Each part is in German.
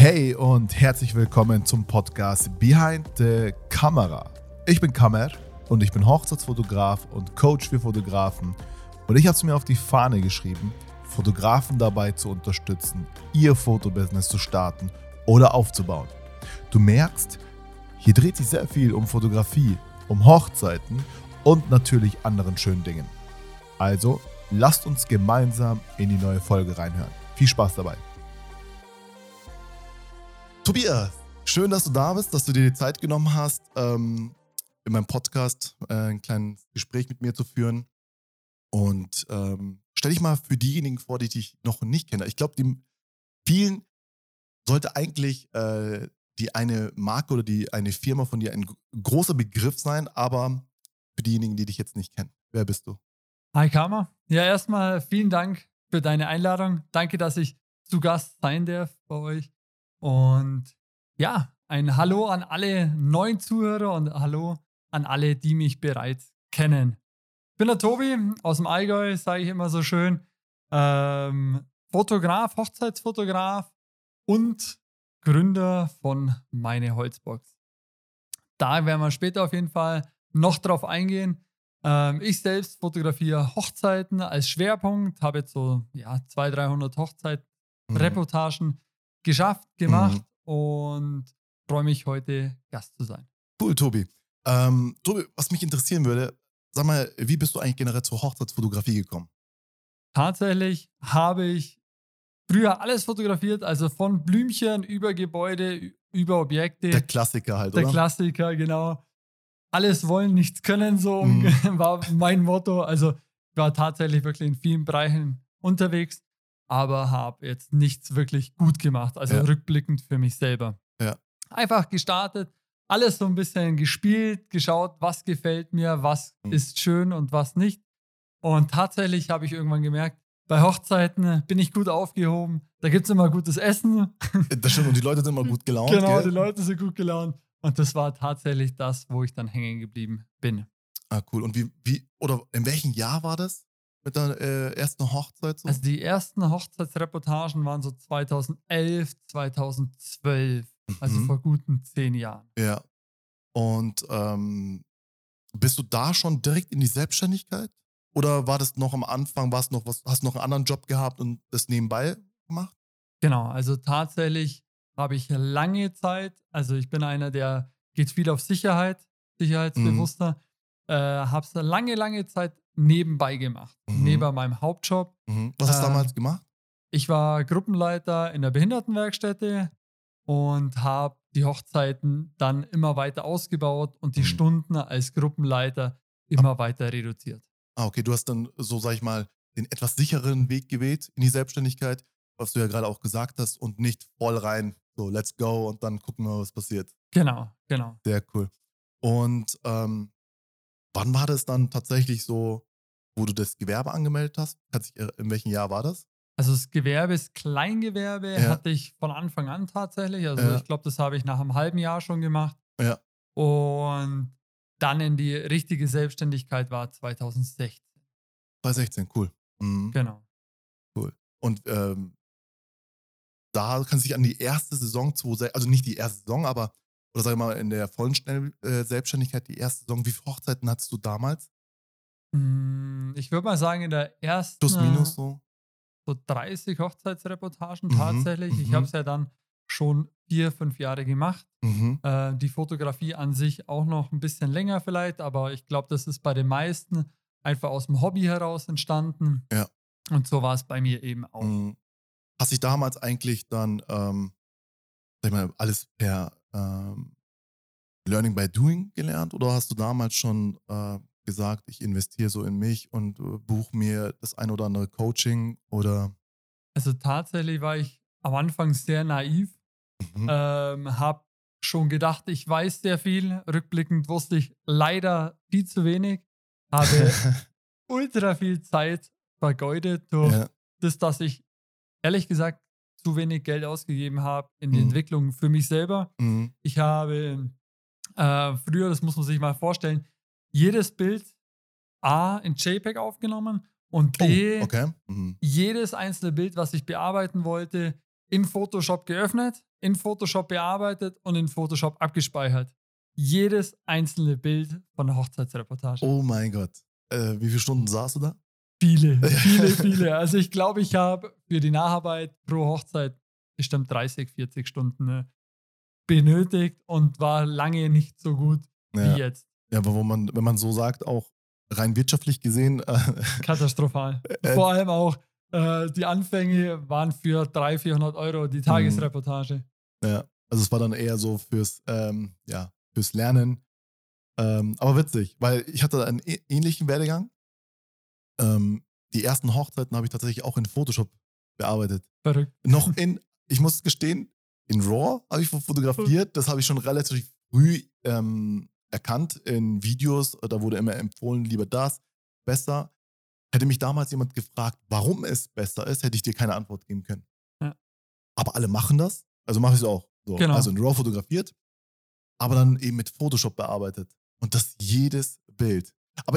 Hey und herzlich willkommen zum Podcast Behind the Camera. Ich bin Kamer und ich bin Hochzeitsfotograf und Coach für Fotografen und ich habe es mir auf die Fahne geschrieben, Fotografen dabei zu unterstützen, ihr Fotobusiness zu starten oder aufzubauen. Du merkst, hier dreht sich sehr viel um Fotografie, um Hochzeiten und natürlich anderen schönen Dingen. Also lasst uns gemeinsam in die neue Folge reinhören. Viel Spaß dabei. Tobias, schön, dass du da bist, dass du dir die Zeit genommen hast, in meinem Podcast ein kleines Gespräch mit mir zu führen. Und stell dich mal für diejenigen vor, die dich noch nicht kennen. Ich glaube, vielen sollte eigentlich die eine Marke oder eine Firma von dir ein großer Begriff sein, aber für diejenigen, die dich jetzt nicht kennen, wer bist du? Hi Karma. Ja, erstmal vielen Dank für deine Einladung. Danke, dass ich zu Gast sein darf bei euch. Und ja, ein Hallo an alle neuen Zuhörer und Hallo an alle, die mich bereits kennen. Ich bin der Tobi aus dem Allgäu, sage ich immer so schön. Fotograf, Hochzeitsfotograf und Gründer von Meine Holzbox. Da werden wir später auf jeden Fall noch drauf eingehen. Ich selbst fotografiere Hochzeiten als Schwerpunkt, habe jetzt so 200-300 Hochzeitreportagen gemacht und freue mich, heute Gast zu sein. Cool, Tobi. Tobi, was mich interessieren würde, sag mal, wie bist du eigentlich generell zur Hochzeitsfotografie gekommen? Tatsächlich habe ich früher alles fotografiert, also von Blümchen über Gebäude, über Objekte. Der Klassiker halt, Der oder? Klassiker, genau. Alles wollen, nichts können, so war mein Motto. Also ich war tatsächlich wirklich in vielen Bereichen unterwegs, aber habe jetzt nichts wirklich gut gemacht. Also rückblickend für mich selber. Ja. Einfach gestartet, alles so ein bisschen gespielt, geschaut, was gefällt mir, was ist schön und was nicht. Und tatsächlich habe ich irgendwann gemerkt, bei Hochzeiten bin ich gut aufgehoben. Da gibt es immer gutes Essen. Das stimmt, und die Leute sind immer gut gelaunt. Genau, gell? die Leute sind gut gelaunt. Und das war tatsächlich das, wo ich dann hängen geblieben bin. Ah, cool. Und wie oder in welchem Jahr war das mit der ersten Hochzeit? So? Also die ersten Hochzeitsreportagen waren so 2011, 2012. Also vor guten 10 Jahren. Ja. Und bist du da schon direkt in die Selbstständigkeit? Oder war das noch am Anfang, hast du noch einen anderen Job gehabt und das nebenbei gemacht? Genau, also tatsächlich habe ich lange Zeit, also ich bin einer, der geht viel auf sicherheitsbewusster, habe es lange Zeit nebenbei gemacht, neben meinem Hauptjob. Was hast du damals gemacht? Ich war Gruppenleiter in der Behindertenwerkstätte und habe die Hochzeiten dann immer weiter ausgebaut und die Stunden als Gruppenleiter immer weiter reduziert. Ah, okay, du hast dann so, sag ich mal, den etwas sicheren Weg gewählt in die Selbstständigkeit, was du ja gerade auch gesagt hast, und nicht voll rein, so let's go und dann gucken wir, was passiert. Genau. Sehr cool. Und wann war das dann tatsächlich so, wo du das Gewerbe angemeldet hast? In welchem Jahr war das? Also das Gewerbe, das Kleingewerbe hatte ich von Anfang an tatsächlich. Also ich glaube, das habe ich nach einem halben Jahr schon gemacht. Ja. Und dann in die richtige Selbstständigkeit war 2016. 2016, cool. Genau. Cool. Und da kannst du dich an die erste Saison, also nicht die erste Saison, aber, oder sag ich mal, in der vollen Selbstständigkeit die erste Saison, wie viele Hochzeiten hattest du damals? Ich würde mal sagen, in der ersten Plus, minus so 30 Hochzeitsreportagen tatsächlich. Ich habe es ja dann schon 4-5 Jahre gemacht. Die Fotografie an sich auch noch ein bisschen länger vielleicht, aber ich glaube, das ist bei den meisten einfach aus dem Hobby heraus entstanden. Ja. Und so war es bei mir eben auch. Hast dich damals eigentlich dann, sag ich mal, alles per Learning by Doing gelernt oder hast du damals schon gesagt, ich investiere so in mich und buche mir das ein oder andere Coaching oder? Also tatsächlich war ich am Anfang sehr naiv, habe schon gedacht, ich weiß sehr viel. Rückblickend wusste ich leider viel zu wenig, habe ultra viel Zeit vergeudet durch das, dass ich ehrlich gesagt zu wenig Geld ausgegeben habe in die Entwicklung für mich selber. Ich habe früher, das muss man sich mal vorstellen, jedes Bild A in JPEG aufgenommen und B jedes einzelne Bild, was ich bearbeiten wollte, in Photoshop geöffnet, in Photoshop bearbeitet und in Photoshop abgespeichert. Jedes einzelne Bild von der Hochzeitsreportage. Oh mein Gott. Wie viele Stunden saßt du da? Viele. Also ich glaube, ich habe für die Nacharbeit pro Hochzeit bestimmt 30, 40 Stunden benötigt und war lange nicht so gut wie jetzt. Ja, aber wenn man so sagt, auch rein wirtschaftlich gesehen. Katastrophal. Vor allem auch die Anfänge waren für 300, 400 Euro die Tagesreportage. Ja, also es war dann eher so fürs Lernen. Aber witzig, weil ich hatte einen ähnlichen Werdegang. Die ersten Hochzeiten habe ich tatsächlich auch in Photoshop bearbeitet. Verrückt. Ich muss gestehen, in RAW habe ich fotografiert. Das habe ich schon relativ früh erkannt in Videos. Da wurde immer empfohlen, lieber das, besser. Hätte mich damals jemand gefragt, warum es besser ist, hätte ich dir keine Antwort geben können. Ja. Aber alle machen das, also mache ich es auch. So. Genau. Also in RAW fotografiert, aber dann eben mit Photoshop bearbeitet. Und das jedes Bild. Aber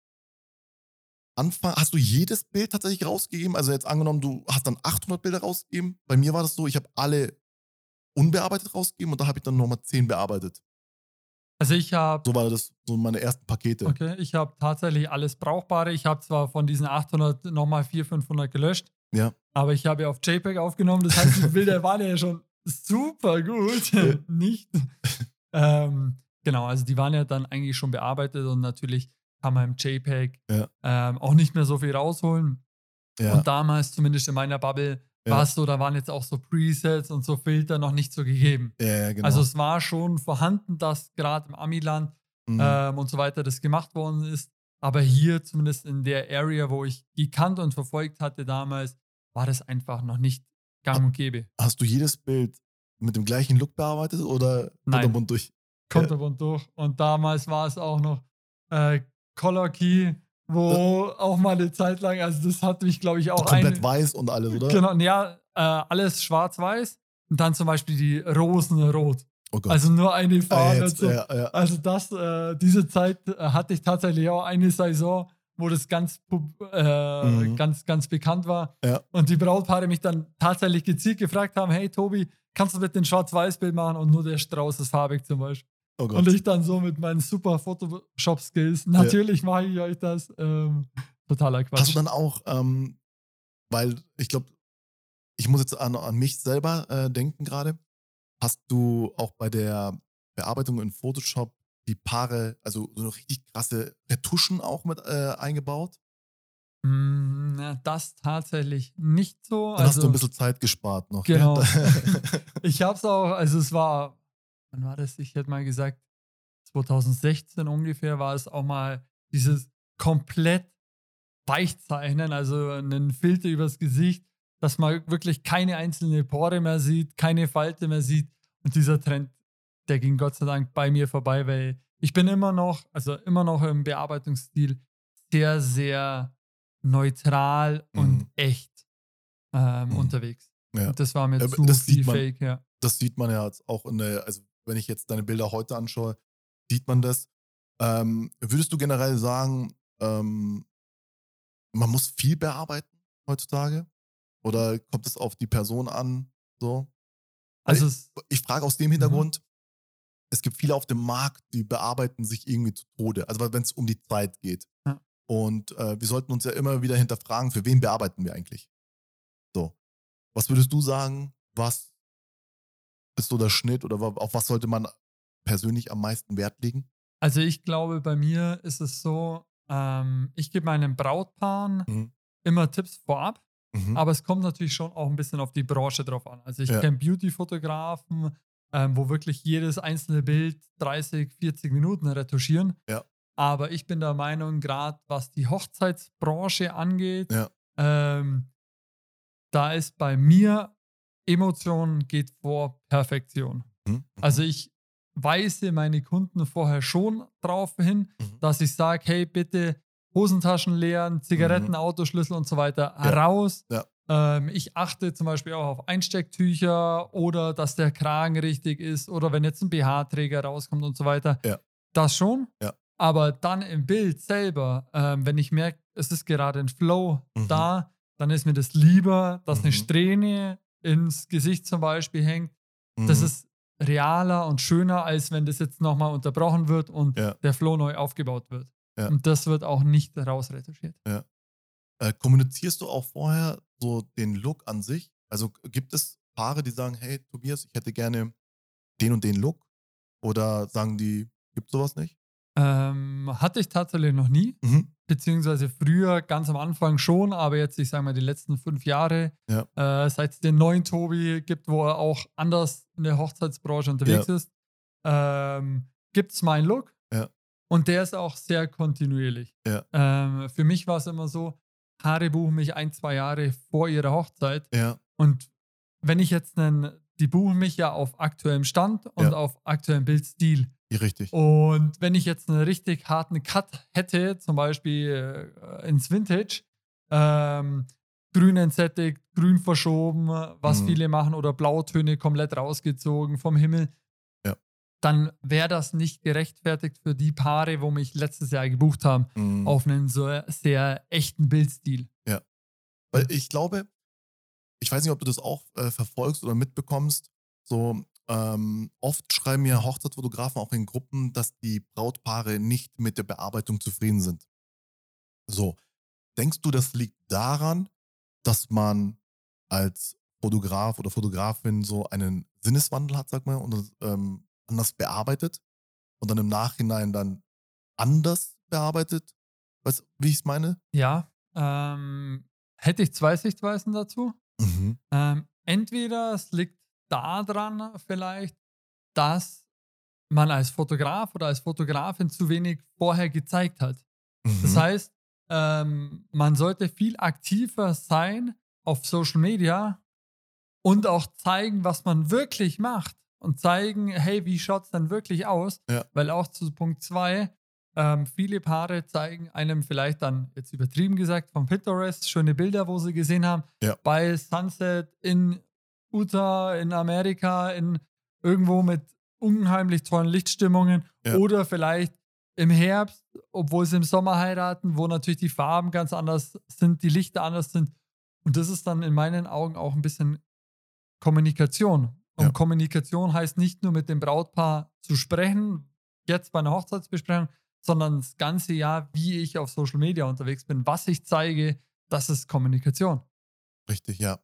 hast du jedes Bild tatsächlich rausgegeben? Also jetzt angenommen, du hast dann 800 Bilder rausgegeben. Bei mir war das so, ich habe alle unbearbeitet rausgegeben und da habe ich dann nochmal 10 bearbeitet. Also ich habe... So war das so meine ersten Pakete. Okay, ich habe tatsächlich alles Brauchbare. Ich habe zwar von diesen 800 nochmal 400, 500 gelöscht, ja, aber ich habe ja auf JPEG aufgenommen. Das heißt, die Bilder waren ja schon super gut. Nicht? Genau, also die waren ja dann eigentlich schon bearbeitet und natürlich kann man im JPEG auch nicht mehr so viel rausholen. Ja. Und damals, zumindest in meiner Bubble, war es so, da waren jetzt auch so Presets und so Filter noch nicht so gegeben. Ja, genau. Also es war schon vorhanden, dass gerade im Amiland und so weiter das gemacht worden ist. Aber hier, zumindest in der Area, wo ich gekannt und verfolgt hatte damals, war das einfach noch nicht gang und gäbe. Hast du jedes Bild mit dem gleichen Look bearbeitet oder kunterbunt durch? Kunterbunt durch. Und damals war es auch noch Color Key, wo auch mal eine Zeit lang, also das hat mich, glaube ich, auch komplett weiß und alles, oder? Genau, ja, alles schwarz-weiß und dann zum Beispiel die Rosen rot. Oh Gott. Also nur eine Farbe. Ja. Also diese Zeit hatte ich tatsächlich auch eine Saison, wo das ganz bekannt war. Ja. Und die Brautpaare mich dann tatsächlich gezielt gefragt haben, hey Tobi, kannst du bitte ein Schwarz-Weiß-Bild machen und nur der Strauß ist farbig zum Beispiel. Oh Gott. Und ich dann so mit meinen super Photoshop-Skills, natürlich mache ich euch das. Totaler Quatsch. Hast du dann auch, weil ich glaube, ich muss jetzt an mich selber denken gerade, hast du auch bei der Bearbeitung in Photoshop die Paare, also so richtig krasse Retuschen auch mit eingebaut? Das tatsächlich nicht so. Dann hast du ein bisschen Zeit gespart noch. Genau. Ich habe es auch, also es war, wann war das? Ich hätte mal gesagt, 2016 ungefähr war es auch mal dieses komplett Weichzeichnen, also einen Filter übers Gesicht, dass man wirklich keine einzelne Pore mehr sieht, keine Falte mehr sieht. Und dieser Trend, der ging Gott sei Dank bei mir vorbei, weil ich bin immer noch im Bearbeitungsstil sehr, sehr neutral und echt unterwegs. Ja. Und das war mir zu viel Fake, ja. Das sieht man ja jetzt auch also wenn ich jetzt deine Bilder heute anschaue, sieht man das. Würdest du generell sagen, man muss viel bearbeiten heutzutage? Oder kommt es auf die Person an? So? Also ich frage aus dem Hintergrund, es gibt viele auf dem Markt, die bearbeiten sich irgendwie zu Tode. Also wenn es um die Zeit geht. Ja. Und wir sollten uns ja immer wieder hinterfragen, für wen bearbeiten wir eigentlich? So. Was würdest du sagen, was ist so der Schnitt oder auf was sollte man persönlich am meisten Wert legen? Also ich glaube, bei mir ist es so, ich gebe meinen Brautpaaren immer Tipps vorab, aber es kommt natürlich schon auch ein bisschen auf die Branche drauf an. Also ich kenne Beauty-Fotografen, wo wirklich jedes einzelne Bild 30, 40 Minuten retuschieren. Ja. Aber ich bin der Meinung, gerade was die Hochzeitsbranche angeht, da ist bei mir Emotion geht vor Perfektion. Also ich weise meine Kunden vorher schon darauf hin, dass ich sage, hey, bitte Hosentaschen leeren, Zigaretten, Autoschlüssel und so weiter raus. Ja. Ich achte zum Beispiel auch auf Einstecktücher oder dass der Kragen richtig ist oder wenn jetzt ein BH-Träger rauskommt und so weiter. Ja. Das schon. Ja. Aber dann im Bild selber, wenn ich merke, es ist gerade ein Flow da, dann ist mir das lieber, dass eine Strähne ins Gesicht zum Beispiel hängt, das ist realer und schöner, als wenn das jetzt nochmal unterbrochen wird und der Flow neu aufgebaut wird. Ja. Und das wird auch nicht rausretuschiert. Ja. Kommunizierst du auch vorher so den Look an sich? Also gibt es Paare, die sagen, hey Tobias, ich hätte gerne den und den Look? Oder sagen die, gibt sowas nicht? Hatte ich tatsächlich noch nie. Beziehungsweise früher ganz am Anfang schon, aber jetzt, ich sage mal, die letzten 5 Jahre, seit es den neuen Tobi gibt, wo er auch anders in der Hochzeitsbranche unterwegs ist, gibt es meinen Look. Ja. Und der ist auch sehr kontinuierlich. Ja. Für mich war es immer so, Paare buchen mich 1-2 Jahre vor ihrer Hochzeit. Ja. Und wenn ich jetzt die buchen mich ja auf aktuellem Stand und auf aktuellem Bildstil. Richtig. Und wenn ich jetzt einen richtig harten Cut hätte, zum Beispiel ins Vintage, grün entsättigt, grün verschoben, was viele machen, oder Blautöne komplett rausgezogen vom Himmel, dann wäre das nicht gerechtfertigt für die Paare, wo mich letztes Jahr gebucht haben, auf einen so sehr echten Bildstil. Ja. Weil ich glaube, ich weiß nicht, ob du das auch verfolgst oder mitbekommst, so oft schreiben mir Hochzeitsfotografen auch in Gruppen, dass die Brautpaare nicht mit der Bearbeitung zufrieden sind. So, denkst du, das liegt daran, dass man als Fotograf oder Fotografin so einen Sinneswandel hat, sag mal, und anders bearbeitet und dann im Nachhinein dann anders bearbeitet? Weißt du, wie ich es meine? Ja, hätte ich 2 Sichtweisen dazu. Entweder es liegt daran vielleicht, dass man als Fotograf oder als Fotografin zu wenig vorher gezeigt hat. Das heißt, man sollte viel aktiver sein auf Social Media und auch zeigen, was man wirklich macht und zeigen, hey, wie schaut es dann wirklich aus? Ja. Weil auch zu Punkt 2, viele Paare zeigen einem vielleicht dann, jetzt übertrieben gesagt, vom Pinterest schöne Bilder, wo sie gesehen haben, bei Sunset in Utah, in Amerika, in irgendwo mit unheimlich tollen Lichtstimmungen, oder vielleicht im Herbst, obwohl sie im Sommer heiraten, wo natürlich die Farben ganz anders sind, die Lichter anders sind. Und das ist dann in meinen Augen auch ein bisschen Kommunikation. Und Kommunikation heißt nicht nur mit dem Brautpaar zu sprechen, jetzt bei einer Hochzeitsbesprechung, sondern das ganze Jahr, wie ich auf Social Media unterwegs bin, was ich zeige, das ist Kommunikation. Richtig, ja.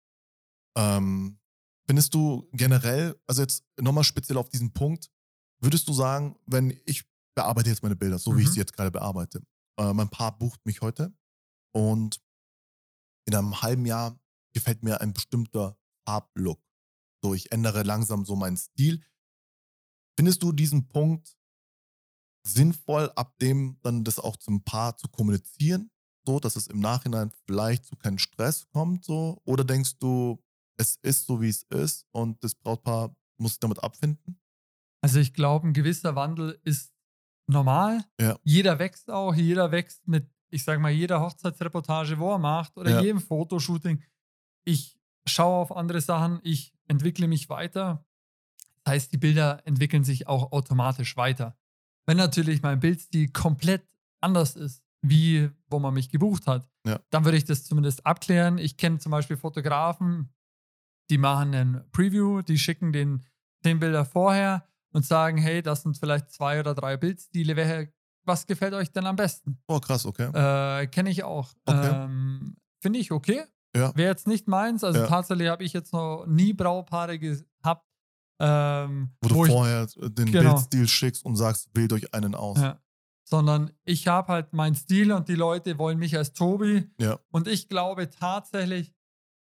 Findest du generell, also jetzt nochmal speziell auf diesen Punkt, würdest du sagen, wenn ich bearbeite jetzt meine Bilder, so wie ich sie jetzt gerade bearbeite, mein Paar bucht mich heute und in einem halben Jahr gefällt mir ein bestimmter Farblook. So, ich ändere langsam so meinen Stil. Findest du diesen Punkt sinnvoll, ab dem dann das auch zum Paar zu kommunizieren, so, dass es im Nachhinein vielleicht zu keinem Stress kommt, so? Oder denkst du, es ist so, wie es ist und das Brautpaar muss sich damit abfinden? Also ich glaube, ein gewisser Wandel ist normal. Ja. Jeder wächst auch, jeder wächst mit, ich sag mal, jeder Hochzeitsreportage, wo er macht, oder jedem Fotoshooting. Ich schaue auf andere Sachen, ich entwickle mich weiter. Das heißt, die Bilder entwickeln sich auch automatisch weiter. Wenn natürlich mein Bildstil komplett anders ist, wie wo man mich gebucht hat, dann würde ich das zumindest abklären. Ich kenne zum Beispiel Fotografen, die machen ein Preview, die schicken den 10 Bilder vorher und sagen, hey, das sind vielleicht 2 oder 3 Bildstile, was gefällt euch denn am besten? Oh, krass, okay. Kenne ich auch. Okay. Finde ich okay. Ja. Wäre jetzt nicht meins, also tatsächlich habe ich jetzt noch nie Braupaare gehabt, wo du vorher den Bildstil schickst und sagst, wählt euch einen aus. Ja. Sondern ich habe halt meinen Stil und die Leute wollen mich als Tobi. Ja. Und ich glaube tatsächlich,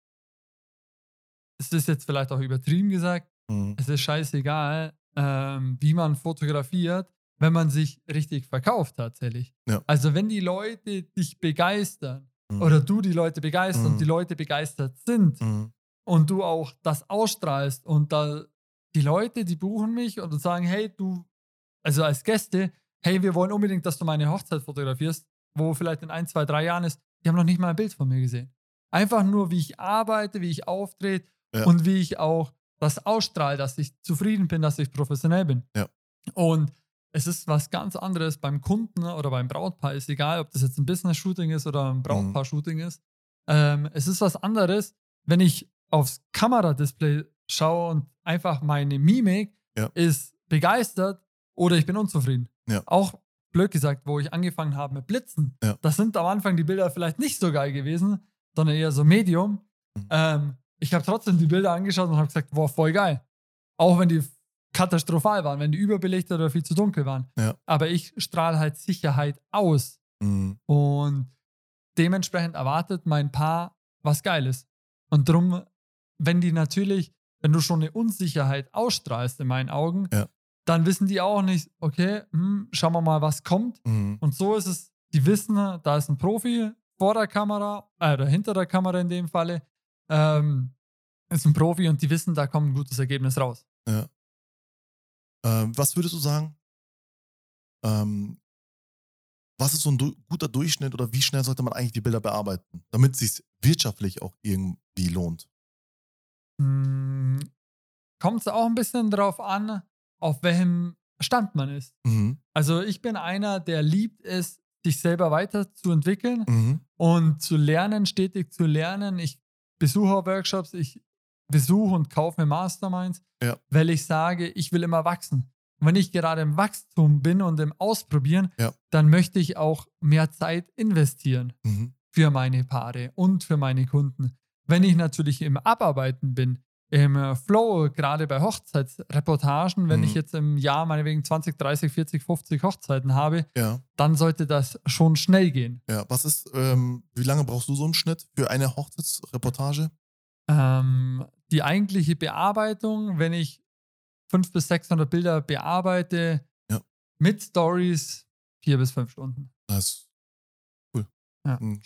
es ist jetzt vielleicht auch übertrieben gesagt, es ist scheißegal, wie man fotografiert, wenn man sich richtig verkauft tatsächlich. Ja. Also wenn die Leute dich begeistern oder du die Leute begeisterst und die Leute begeistert sind und du auch das ausstrahlst und da die Leute, die buchen mich und sagen, hey, du, also als Gäste, hey, wir wollen unbedingt, dass du meine Hochzeit fotografierst, wo vielleicht in 1, 2, 3 Jahren ist, die haben noch nicht mal ein Bild von mir gesehen. Einfach nur, wie ich arbeite, wie ich auftrete und wie ich auch das ausstrahle, dass ich zufrieden bin, dass ich professionell bin. Ja. Und es ist was ganz anderes beim Kunden oder beim Brautpaar, ist egal, ob das jetzt ein Business-Shooting ist oder ein Brautpaar-Shooting ist. Es ist was anderes, wenn ich aufs Kameradisplay schaue und einfach meine Mimik ist begeistert oder ich bin unzufrieden. Ja. Auch blöd gesagt, wo ich angefangen habe mit Blitzen, das sind am Anfang die Bilder vielleicht nicht so geil gewesen, sondern eher so Medium. Ich habe trotzdem die Bilder angeschaut und habe gesagt, wow, voll geil. Auch wenn die katastrophal waren, wenn die überbelichtet oder viel zu dunkel waren. Ja. Aber ich strahle halt Sicherheit aus. Und dementsprechend erwartet mein Paar was Geiles. Und drum, wenn du schon eine Unsicherheit ausstrahlst in meinen Augen, dann wissen die auch nicht, okay, schauen wir mal, was kommt. Und so ist es, die wissen, da ist ein Profi vor der Kamera, oder hinter der Kamera in dem Falle, ist ein Profi und die wissen, da kommt ein gutes Ergebnis raus. Ja. Was würdest du sagen, was ist so ein guter Durchschnitt oder wie schnell sollte man eigentlich die Bilder bearbeiten, damit es sich wirtschaftlich auch irgendwie lohnt? Kommt es auch ein bisschen drauf an, auf welchem Stand man ist. Also ich bin einer, der liebt es, sich selber weiterzuentwickeln und zu lernen, stetig zu lernen. Ich besuche Workshops, ich besuche und kaufe mir Masterminds, weil ich sage, ich will immer wachsen. Und wenn ich gerade im Wachstum bin und im Ausprobieren, dann möchte ich auch mehr Zeit investieren für meine Paare und für meine Kunden. Wenn ich natürlich im Abarbeiten bin, im Flow, gerade bei Hochzeitsreportagen, wenn ich jetzt im Jahr meinetwegen 20, 30, 40, 50 Hochzeiten habe, dann sollte das schon schnell gehen. Ja, wie lange brauchst du so im Schnitt für eine Hochzeitsreportage? Die eigentliche Bearbeitung, wenn ich 500 bis 600 Bilder bearbeite, mit Stories 4 bis 5 Stunden. Das ist cool. Ja. Und,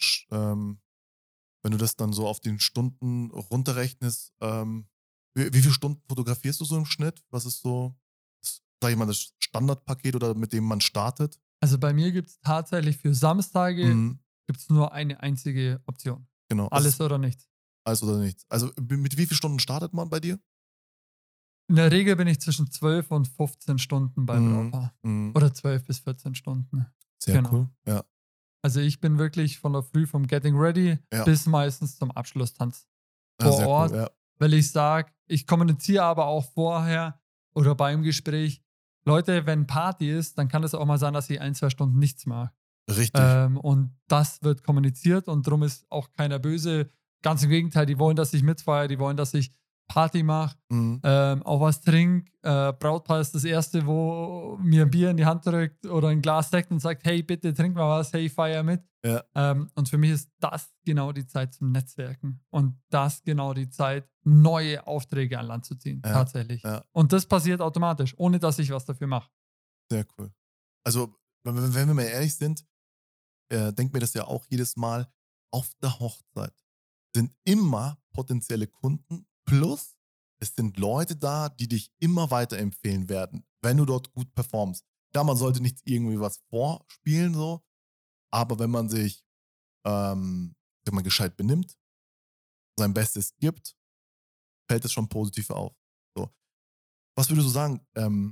wenn du das dann so auf den Stunden runterrechnest, wie viele Stunden fotografierst du so im Schnitt? Was ist so, sag ich mal, das Standardpaket oder mit dem man startet? Also bei mir gibt es tatsächlich für Samstage gibt's nur eine einzige Option. Genau. Alles oder nichts. Alles oder nichts. Also mit wie vielen Stunden startet man bei dir? In der Regel bin ich zwischen 12 und 15 Stunden beim Brautpaar. Oder 12 bis 14 Stunden. Sehr cool, ja. Also ich bin wirklich von der Früh vom Getting Ready bis meistens zum Abschlusstanz vor Ort, cool, weil ich sage, ich kommuniziere aber auch vorher oder beim Gespräch, Leute, wenn Party ist, dann kann es auch mal sein, dass ich 1-2 Stunden nichts mache. Richtig. Und das wird kommuniziert und darum ist auch keiner böse. Ganz im Gegenteil, die wollen, dass ich mitfeiere, die wollen, dass ich Party mache, auch was trinke. Brautpaar ist das Erste, wo mir ein Bier in die Hand drückt oder ein Glas Sekt und sagt, hey, bitte trink mal was, hey, feier mit. Und für mich ist das genau die Zeit zum Netzwerken und das genau die Zeit, neue Aufträge an Land zu ziehen, tatsächlich. Und das passiert automatisch, ohne dass ich was dafür mache. Sehr cool. Also, wenn wir mal ehrlich sind, denkt mir das ja auch jedes Mal, auf der Hochzeit sind immer potenzielle Kunden, plus es sind Leute da, die dich immer weiterempfehlen werden, wenn du dort gut performst. Klar, man sollte nicht irgendwie was vorspielen, so, aber wenn man sich wenn man gescheit benimmt, sein Bestes gibt, fällt es schon positiv auf. So. Was würdest du sagen?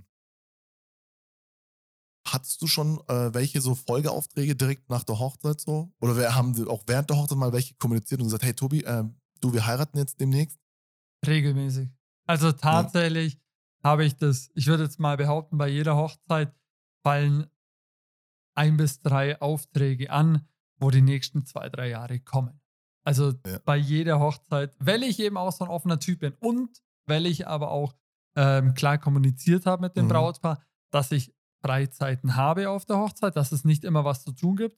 Hattest du schon welche so Folgeaufträge direkt nach der Hochzeit so? Oder haben sie auch während der Hochzeit mal welche kommuniziert und gesagt, hey Tobi, wir heiraten jetzt demnächst? Regelmäßig. Also tatsächlich habe ich das, ich würde jetzt mal behaupten, bei jeder Hochzeit fallen 1 bis 3 Aufträge an, wo die nächsten 2-3 Jahre kommen. Also bei jeder Hochzeit, weil ich eben auch so ein offener Typ bin und weil ich aber auch klar kommuniziert habe mit dem Brautpaar, dass ich Freizeiten habe auf der Hochzeit, dass es nicht immer was zu tun gibt.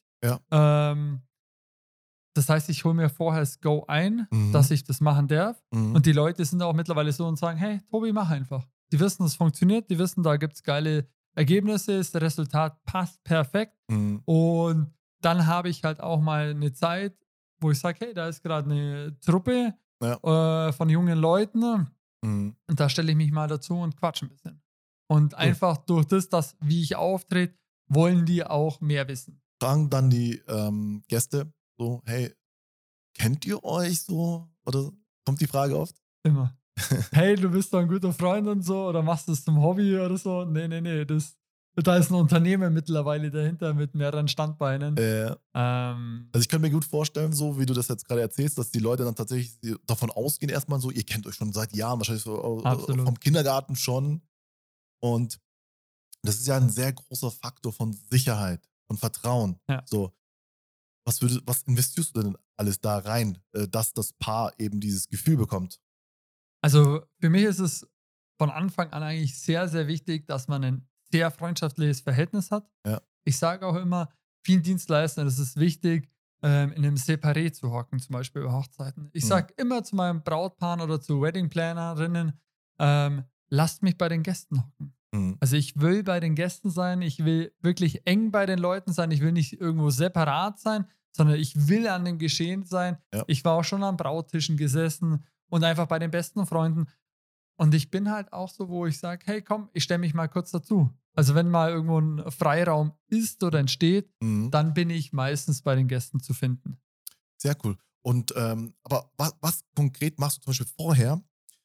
Das heißt, ich hole mir vorher das Go ein, dass ich das machen darf. Und die Leute sind auch mittlerweile so und sagen, hey, Tobi, mach einfach. Die wissen, es funktioniert, die wissen, da gibt es geile Ergebnisse, das Resultat passt perfekt. Und dann habe ich halt auch mal eine Zeit, wo ich sage, hey, da ist gerade eine Truppe von jungen Leuten und da stelle ich mich mal dazu und quatsche ein bisschen. Und einfach durch das, wie ich auftrete, wollen die auch mehr wissen. Fragen dann die Gäste so, hey, kennt ihr euch so? Oder kommt die Frage oft? Immer. Hey, du bist doch ein guter Freund und so oder machst du das zum Hobby oder so? Nee, das Da ist ein Unternehmen mittlerweile dahinter mit mehreren Standbeinen. Also ich kann mir gut vorstellen, so wie du das jetzt gerade erzählst, dass die Leute dann tatsächlich davon ausgehen erstmal so, ihr kennt euch schon seit Jahren, wahrscheinlich so Absolut. vom Kindergarten schon. Und das ist ja ein sehr großer Faktor von Sicherheit, von Vertrauen. Ja. So, was investierst du denn alles da rein, dass das Paar eben dieses Gefühl bekommt? Also für mich ist es von Anfang an eigentlich sehr, sehr wichtig, dass man ein sehr freundschaftliches Verhältnis hat. Ja. Ich sage auch immer, vielen Dienstleistern ist es wichtig, in einem Separé zu hocken, zum Beispiel bei Hochzeiten. Ich sage immer zu meinem Brautpaar oder zu Weddingplanerinnen, lasst mich bei den Gästen hocken. Also ich will bei den Gästen sein, ich will wirklich eng bei den Leuten sein, ich will nicht irgendwo separat sein, sondern ich will an dem Geschehen sein. Ja. Ich war auch schon an Brauttischen gesessen und einfach bei den besten Freunden. Und ich bin halt auch so, wo ich sage, hey komm, ich stelle mich mal kurz dazu. Also wenn mal irgendwo ein Freiraum ist oder entsteht, dann bin ich meistens bei den Gästen zu finden. Sehr cool. Und aber was konkret machst du zum Beispiel vorher,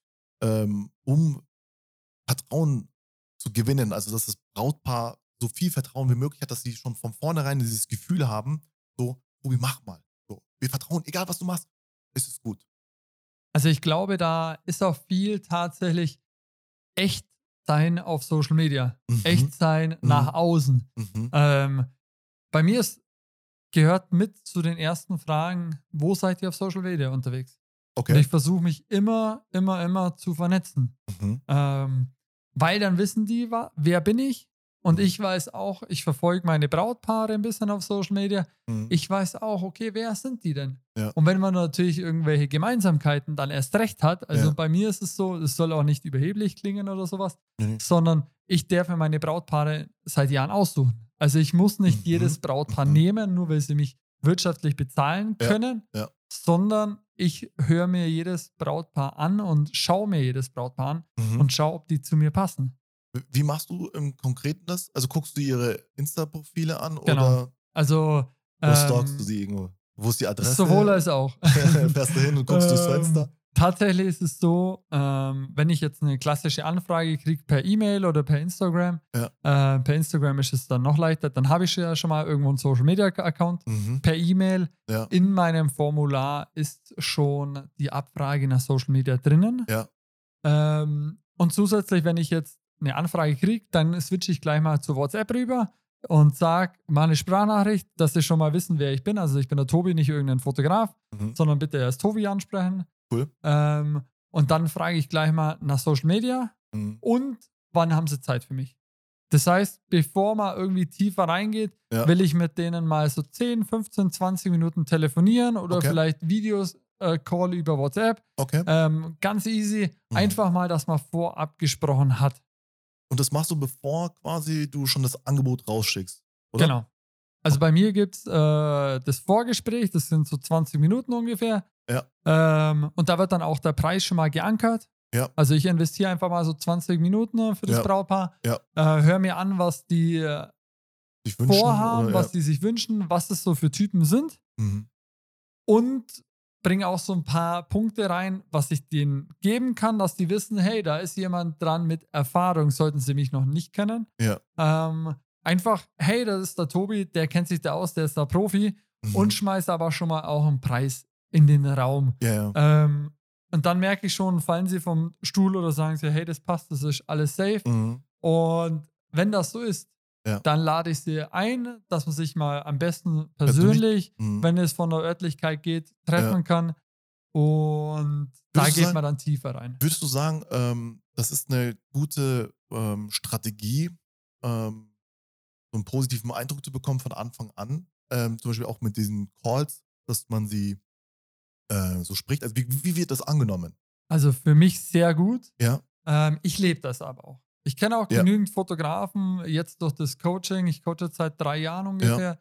um Vertrauen zu gewinnen? Also dass das Brautpaar so viel Vertrauen wie möglich hat, dass sie schon von vornherein dieses Gefühl haben, so, Tobi, mach mal. So, wir vertrauen, egal was du machst, ist es gut. Also ich glaube, da ist auch viel tatsächlich echt sein auf Social Media. Echt sein nach außen. Bei mir gehört mit zu den ersten Fragen, wo seid ihr auf Social Media unterwegs? Okay. Und ich versuche mich immer zu vernetzen. Weil dann wissen die, wer bin ich? Und ich weiß auch, ich verfolge meine Brautpaare ein bisschen auf Social Media. Ich weiß auch, okay, wer sind die denn? Ja. Und wenn man natürlich irgendwelche Gemeinsamkeiten dann erst recht hat, also bei mir ist es so, es soll auch nicht überheblich klingen oder sowas, sondern ich darf mir meine Brautpaare seit Jahren aussuchen. Also ich muss nicht jedes Brautpaar nehmen, nur weil sie mich wirtschaftlich bezahlen können, sondern ich höre mir jedes Brautpaar an und schaue mir jedes Brautpaar an und schaue, ob die zu mir passen. Wie machst du im Konkreten das? Also guckst du ihre Insta-Profile an Genau. Oder stalkst du sie irgendwo? Wo ist die Adresse? Sowohl als auch. Fährst du hin und guckst durchs Fenster? Tatsächlich ist es so, wenn ich jetzt eine klassische Anfrage kriege per E-Mail oder per Instagram, per Instagram ist es dann noch leichter, dann habe ich ja schon mal irgendwo einen Social-Media-Account. Per E-Mail in meinem Formular ist schon die Abfrage nach Social Media drinnen. Und zusätzlich, wenn ich jetzt eine Anfrage kriege, dann switche ich gleich mal zu WhatsApp rüber und sage mal eine Sprachnachricht, dass sie schon mal wissen, wer ich bin. Also ich bin der Tobi, nicht irgendein Fotograf, sondern bitte erst Tobi ansprechen. Cool. Und dann frage ich gleich mal nach Social Media und wann haben sie Zeit für mich. Das heißt, bevor man irgendwie tiefer reingeht, will ich mit denen mal so 10, 15, 20 Minuten telefonieren oder vielleicht Videos, Call über WhatsApp. Ganz easy. Einfach mal, dass man vorab gesprochen hat. Und das machst du, bevor quasi du schon das Angebot rausschickst, oder? Genau. Also bei mir gibt es das Vorgespräch, das sind so 20 Minuten ungefähr. Und da wird dann auch der Preis schon mal geankert. Also ich investiere einfach mal so 20 Minuten für das Brautpaar. Hör mir an, was die vorhaben, was die sich wünschen, was es so für Typen sind. Und bringe auch so ein paar Punkte rein, was ich denen geben kann, dass die wissen, hey, da ist jemand dran mit Erfahrung, sollten sie mich noch nicht kennen. Einfach, hey, das ist der Tobi, der kennt sich da aus, der ist der Profi und schmeißt aber schon mal auch einen Preis in den Raum. Und dann merke ich schon, fallen sie vom Stuhl oder sagen sie, hey, das passt, das ist alles safe. Und wenn das so ist, dann lade ich sie ein, dass man sich mal am besten persönlich, wenn es von der Örtlichkeit geht, treffen kann. Und da geht man dann tiefer rein. Würdest du sagen, das ist eine gute Strategie, so einen positiven Eindruck zu bekommen von Anfang an? Zum Beispiel auch mit diesen Calls, dass man sie so spricht. Also wie wird das angenommen? Also für mich sehr gut. Ich lebe das aber auch. Ich kenne auch genügend Fotografen, jetzt durch das Coaching, ich coache seit 3 Jahren ungefähr,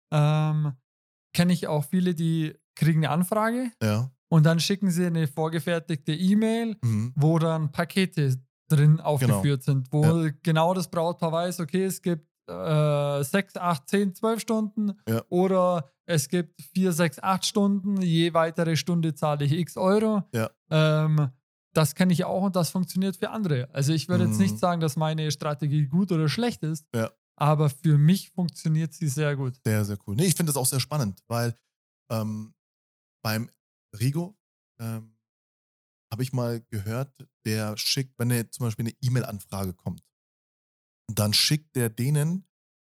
kenne ich auch viele, die kriegen eine Anfrage und dann schicken sie eine vorgefertigte E-Mail, wo dann Pakete drin aufgeführt sind, wo genau das Brautpaar weiß, okay, es gibt 6, 8, 10, 12 Stunden oder es gibt 4, 6, 8 Stunden, je weitere Stunde zahle ich x Euro. das kenne ich auch und das funktioniert für andere. Also ich würde jetzt nicht sagen, dass meine Strategie gut oder schlecht ist, Ja. aber für mich funktioniert sie sehr gut. Sehr, sehr cool. Nee, ich finde das auch sehr spannend, weil beim Rigo habe ich mal gehört, der schickt, wenn er zum Beispiel eine E-Mail-Anfrage kommt, dann schickt der denen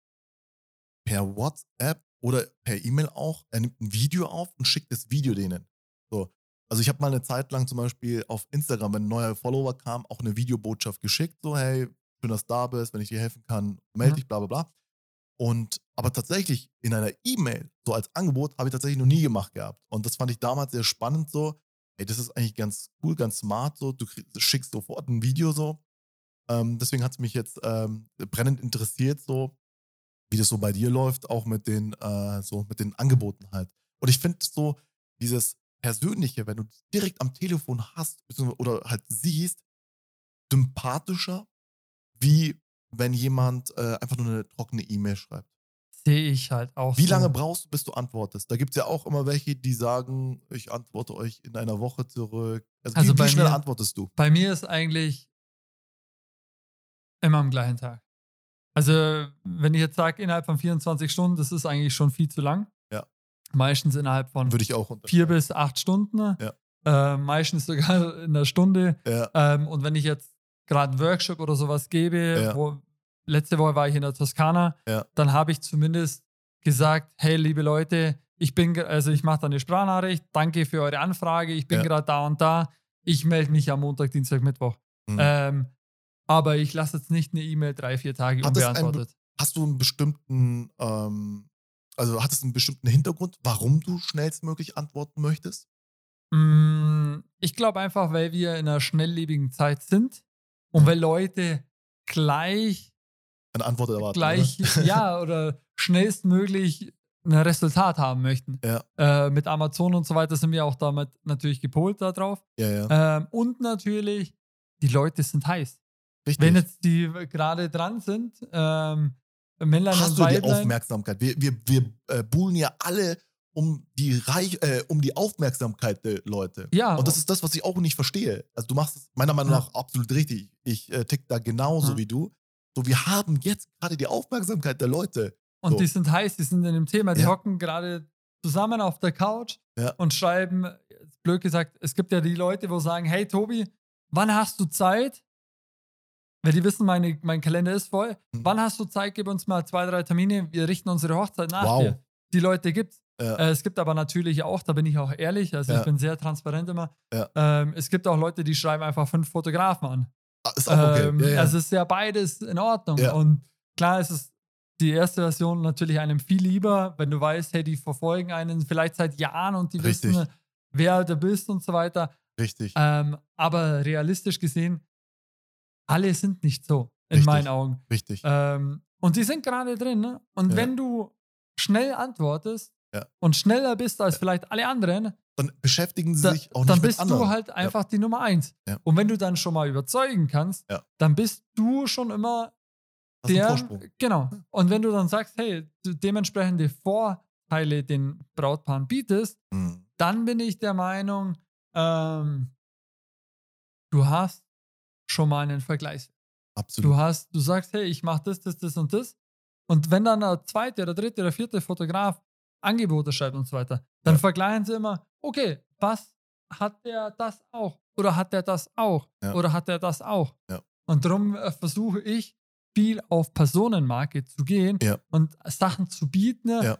per WhatsApp oder per E-Mail auch, er nimmt ein Video auf und schickt das Video denen. So. Also ich habe mal eine Zeit lang zum Beispiel auf Instagram, wenn ein neuer Follower kam, auch eine Videobotschaft geschickt, so hey, schön, dass du da bist, wenn ich dir helfen kann, melde dich, bla bla bla. Und aber tatsächlich in einer E-Mail, so als Angebot, habe ich tatsächlich noch nie gemacht gehabt. Und das fand ich damals sehr spannend so. Ey, das ist eigentlich ganz cool, ganz smart so. Du schickst sofort ein Video so. Deswegen hat es mich jetzt brennend interessiert, so wie das so bei dir läuft, auch mit den, so mit den Angeboten halt. Und ich finde so dieses Persönliche, wenn du direkt am Telefon hast oder halt siehst, sympathischer, wie wenn jemand einfach nur eine trockene E-Mail schreibt. Sehe ich halt auch Wie so. lange brauchst du, bis du antwortest? Da gibt es ja auch immer welche, die sagen, ich antworte euch in einer Woche zurück. Also wie schnell antwortest du? Bei mir ist eigentlich immer am gleichen Tag. Also, wenn ich jetzt sage, innerhalb von 24 Stunden, das ist eigentlich schon viel zu lang. Ja. Meistens innerhalb von Würde ich auch 4 bis 8 Stunden. Ja. Meistens sogar in einer Stunde. Ja. Und wenn ich jetzt gerade einen Workshop oder sowas gebe, Ja. letzte Woche war ich in der Toskana, Ja. dann habe ich zumindest gesagt, hey, liebe Leute, ich mache da eine Sprachnachricht, danke für eure Anfrage, ich bin gerade da und da, ich melde mich am Montag, Dienstag, Mittwoch. Aber ich lasse jetzt nicht eine E-Mail 3-4 Tage unbeantwortet. Hast du einen bestimmten, hat es einen bestimmten Hintergrund, warum du schnellstmöglich antworten möchtest? Ich glaube einfach, weil wir in einer schnelllebigen Zeit sind und weil Leute gleich eine Antwort erwarten. Ja, oder schnellstmöglich ein Resultat haben möchten. Ja. Mit Amazon und so weiter sind wir auch damit natürlich gepolt darauf. Ja. Und natürlich, die Leute sind heiß. Richtig. Wenn jetzt die gerade dran sind, Männlein hast und du die Weiblein. Aufmerksamkeit? Wir buhlen ja alle um die Aufmerksamkeit der Leute. Ja. Und das ist das, was ich auch nicht verstehe. Also du machst es meiner Meinung nach absolut richtig. Ich tick da genauso wie du. So, wir haben jetzt gerade die Aufmerksamkeit der Leute. Und so. Die sind heiß, die sind in dem Thema, die hocken gerade zusammen auf der Couch und schreiben, blöd gesagt, es gibt ja die Leute, wo sagen, hey Tobi, wann hast du Zeit? Weil die wissen, mein Kalender ist voll. Wann hast du Zeit? Gib uns mal 2, 3 Termine. Wir richten unsere Hochzeit nach dir. Die Leute gibt's. Es gibt aber natürlich auch, da bin ich auch ehrlich, also ich bin sehr transparent immer. Es gibt auch Leute, die schreiben einfach 5 Fotografen an. Ist auch okay. Also es ist ja beides in Ordnung. Und klar ist es die erste Version natürlich einem viel lieber, wenn du weißt, hey, die verfolgen einen vielleicht seit Jahren und die wissen, wer du bist und so weiter. Richtig. Aber realistisch gesehen, alle sind nicht so, in meinen Augen. Richtig. Und die sind gerade drin. Ne? Und wenn du schnell antwortest und schneller bist als vielleicht alle anderen, dann beschäftigen sie sich auch nicht dann mit bist anderen. du halt einfach die Nummer 1. Und wenn du dann schon mal überzeugen kannst, dann bist du schon immer Vorsprung. Genau. Und wenn du dann sagst, hey, du dementsprechende Vorteile den Brautpaaren bietest, dann bin ich der Meinung, du hast schon mal einen Vergleich. Absolut. Du sagst, hey, ich mache das und das. Und wenn dann der 2. oder 3. oder 4. Fotograf Angebote schreibt und so weiter, dann vergleichen sie immer, okay, was hat der das auch? Oder hat der das auch? Oder hat der das auch? Und darum versuche ich, viel auf Personenmarke zu gehen und Sachen zu bieten,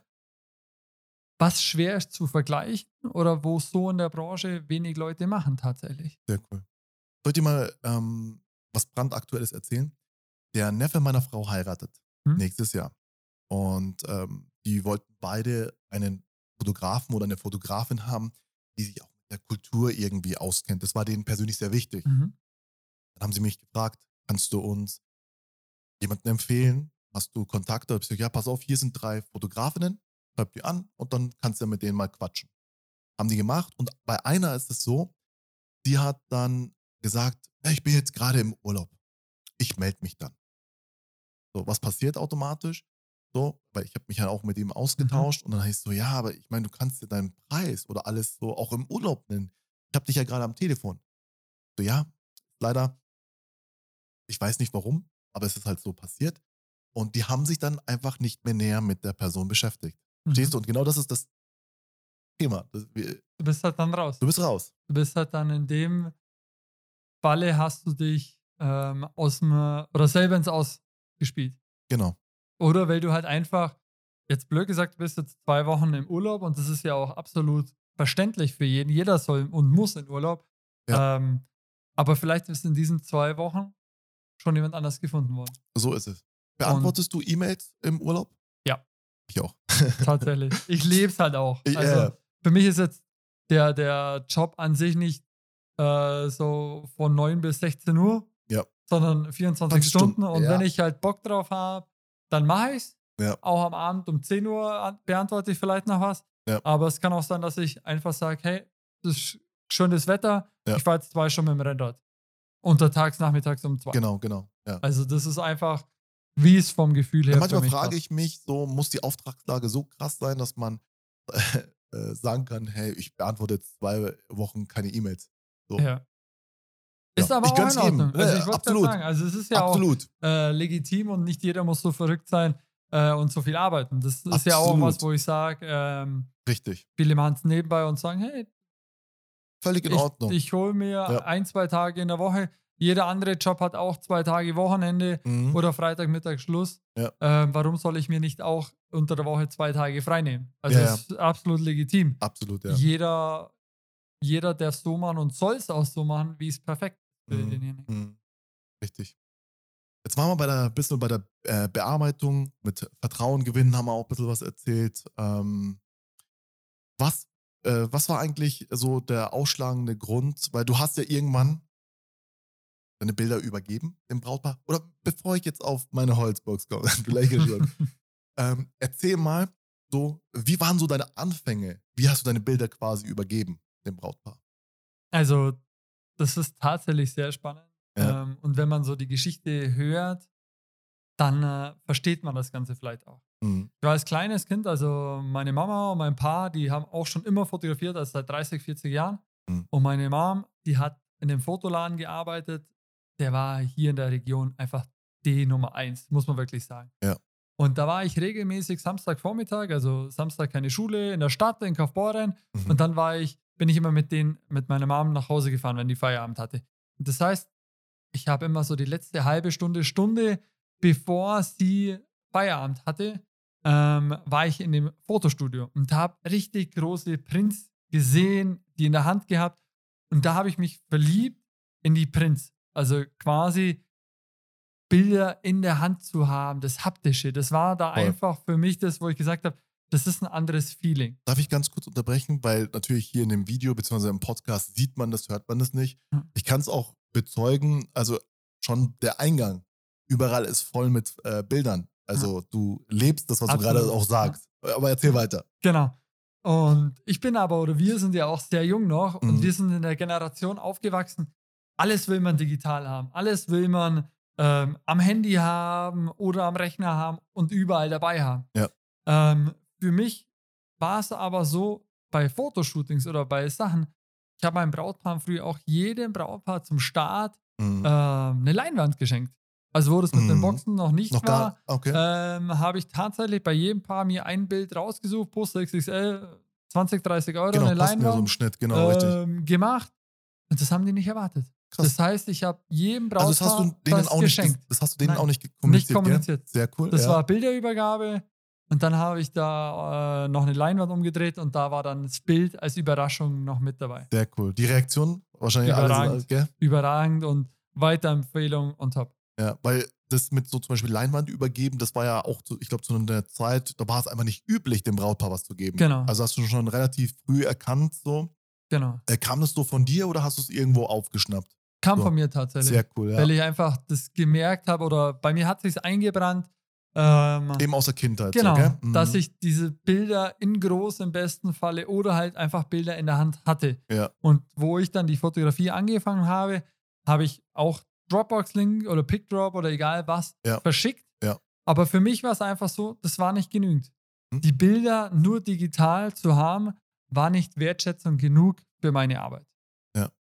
was schwer ist zu vergleichen oder wo so in der Branche wenig Leute machen tatsächlich. Sehr cool. Soll ich dir mal was brandaktuelles erzählen? Der Neffe meiner Frau heiratet nächstes Jahr. Und die wollten beide einen Fotografen oder eine Fotografin haben, die sich auch mit der Kultur irgendwie auskennt. Das war denen persönlich sehr wichtig. Dann haben sie mich gefragt, kannst du uns jemanden empfehlen? Hast du Kontakte? Ich gesagt, ja, pass auf, hier sind 3 Fotografinnen, schreib die an und dann kannst du ja mit denen mal quatschen. Haben die gemacht und bei einer ist es so, die hat dann gesagt, ja, ich bin jetzt gerade im Urlaub. Ich melde mich dann. So, was passiert automatisch? So, weil ich habe mich ja auch mit ihm ausgetauscht und dann heißt es so, ja, aber ich meine, du kannst dir deinen Preis oder alles so auch im Urlaub nennen. Ich habe dich ja gerade am Telefon. So, ja, leider, ich weiß nicht warum, aber es ist halt so passiert. Und die haben sich dann einfach nicht mehr näher mit der Person beschäftigt. Verstehst Mhm. du? Und genau das ist das Thema. Du bist halt dann raus. Du bist raus. Du bist halt dann in dem Falle hast du dich aus dem oder selber ins Aus gespielt. Genau. Oder weil du halt einfach, jetzt blöd gesagt, du bist jetzt 2 Wochen im Urlaub und das ist ja auch absolut verständlich für jeden. Jeder soll und muss in Urlaub. Ja. Aber vielleicht ist in diesen 2 Wochen schon jemand anders gefunden worden. So ist es. Und Beantwortest du E-Mails im Urlaub? ja, Ich auch. tatsächlich. Ich lebe es halt auch. Also für mich ist jetzt der Job an sich nicht so von 9 bis 16 Uhr, Ja. sondern 24 20 Stunden. Stunden. Und Ja. wenn ich halt Bock drauf habe, dann mache ich es. Ja. Auch am Abend um 10 Uhr beantworte ich vielleicht noch was. Ja. Aber es kann auch sein, dass ich einfach sage, hey, das ist schönes Wetter, Ja. ich fahre jetzt 2 Stunden mit dem Rennrad. Untertags, nachmittags um 2. Genau. Ja. Also das ist einfach, wie es vom Gefühl her Ja, manchmal für mich frage passt. ich mich, so muss die Auftragslage so krass sein, dass man sagen kann, hey, ich beantworte jetzt 2 Wochen keine E-Mails. So. Ja. Ist Ja. aber Ich auch gönn's in Ordnung. jedem. Also Ja, ich wollte gerade absolut. sagen, also es ist ja Absolut. auch legitim und nicht jeder muss so verrückt sein und so viel arbeiten. Das ist ja auch was, Absolut. wo ich sage, Richtig. viele machen es nebenbei und sagen, hey, Völlig in Ordnung. ich hole mir Ja. 1, 2 Tage in der Woche. Jeder andere Job hat auch 2 Tage Wochenende Mhm. oder Freitagmittag Schluss. Ja. Warum soll ich mir nicht auch unter der Woche 2 Tage frei nehmen? Also Ja, das ist absolut legitim. Absolut, ja. Jeder darf es so machen und soll es auch so machen, wie es perfekt ist für Mhm. denjenigen. Mhm. Richtig. Jetzt waren wir ein bisschen bei der Bearbeitung mit Vertrauen gewinnen, haben wir auch ein bisschen was erzählt. Was war eigentlich so der ausschlagende Grund? Weil du hast ja irgendwann deine Bilder übergeben dem Brautpaar. Oder bevor ich jetzt auf meine Holzbox komme, du lächelst schon. Erzähl mal, so, wie waren so deine Anfänge? Wie hast du deine Bilder quasi übergeben dem Brautpaar? Also, das ist tatsächlich sehr spannend. Ja. Und wenn man so die Geschichte hört, dann versteht man das Ganze vielleicht auch. Mhm. Ich war als kleines Kind, also meine Mama und mein Pa, die haben auch schon immer fotografiert, also seit 30, 40 Jahren. Mhm. Und meine Mom, die hat in dem Fotoladen gearbeitet. Der war hier in der Region einfach die Nummer 1, muss man wirklich sagen. Ja. Und da war ich regelmäßig Samstagvormittag, also Samstag keine Schule, in der Stadt, in Kaufbeuren. Mhm. Und dann bin ich immer mit meiner Mom nach Hause gefahren, wenn die Feierabend hatte. Und das heißt, ich habe immer so die letzte halbe Stunde, bevor sie Feierabend hatte, war ich in dem Fotostudio und habe richtig große Prints gesehen, die in der Hand gehabt. Und da habe ich mich verliebt in die Prints. Also quasi Bilder in der Hand zu haben, das Haptische. Das war da Voll. einfach für mich das, wo ich gesagt habe, das ist ein anderes Feeling. Darf ich ganz kurz unterbrechen? Weil natürlich hier in dem Video bzw. im Podcast sieht man das, hört man das nicht. Ja. Ich kann es auch bezeugen, also schon der Eingang, überall ist voll mit Bildern. Also du lebst das, was du Absolut. gerade auch sagst. Aber erzähl weiter. Genau. Und wir sind ja auch sehr jung noch und Mhm. wir sind in der Generation aufgewachsen. Alles will man digital haben. Alles will man am Handy haben oder am Rechner haben und überall dabei haben. Ja. Für mich war es aber so, bei Fotoshootings oder bei Sachen, ich habe meinem Brautpaar früher auch jedem Brautpaar zum Start Mhm. eine Leinwand geschenkt. Also wo das mit den Mhm. Boxen noch nicht Noch war, gar, okay. habe ich tatsächlich bei jedem Paar mir ein Bild rausgesucht, Poster XXL, 20, 30 Euro, Genau, eine passt mir so im Leinwand Schnitt, genau, richtig. gemacht. Und das haben die nicht erwartet. Krass. Das heißt, ich habe jedem Also das hast Brautpaar du denen auch nicht, geschenkt. das hast du denen Nein, auch nicht kommuniziert, nicht kommuniziert. Gell? Sehr cool. Das ja. war Bilderübergabe und dann habe ich da noch eine Leinwand umgedreht und da war dann das Bild als Überraschung noch mit dabei. Sehr cool. Die Reaktion wahrscheinlich Überragend. alles, gell? Überragend und Weiterempfehlung on top. Ja, weil das mit so zum Beispiel Leinwand übergeben, das war ja auch, ich glaube, zu einer Zeit, da war es einfach nicht üblich, dem Brautpaar was zu geben. Genau. Also hast du schon relativ früh erkannt, so. Genau. Kam das so von dir oder hast du es irgendwo aufgeschnappt? Kam So. von mir tatsächlich. Sehr cool, ja. Weil ich einfach das gemerkt habe oder bei mir hat sich eingebrannt. Eben aus der Kindheit. Genau, so, gell? Mhm. dass ich diese Bilder in groß im besten Falle oder halt einfach Bilder in der Hand hatte. Ja. Und wo ich dann die Fotografie angefangen habe, habe ich auch Dropbox-Link oder PickDrop oder egal was Ja. verschickt. Ja. Aber für mich war es einfach so, das war nicht genügend. Hm. Die Bilder nur digital zu haben, war nicht Wertschätzung genug für meine Arbeit. Ja.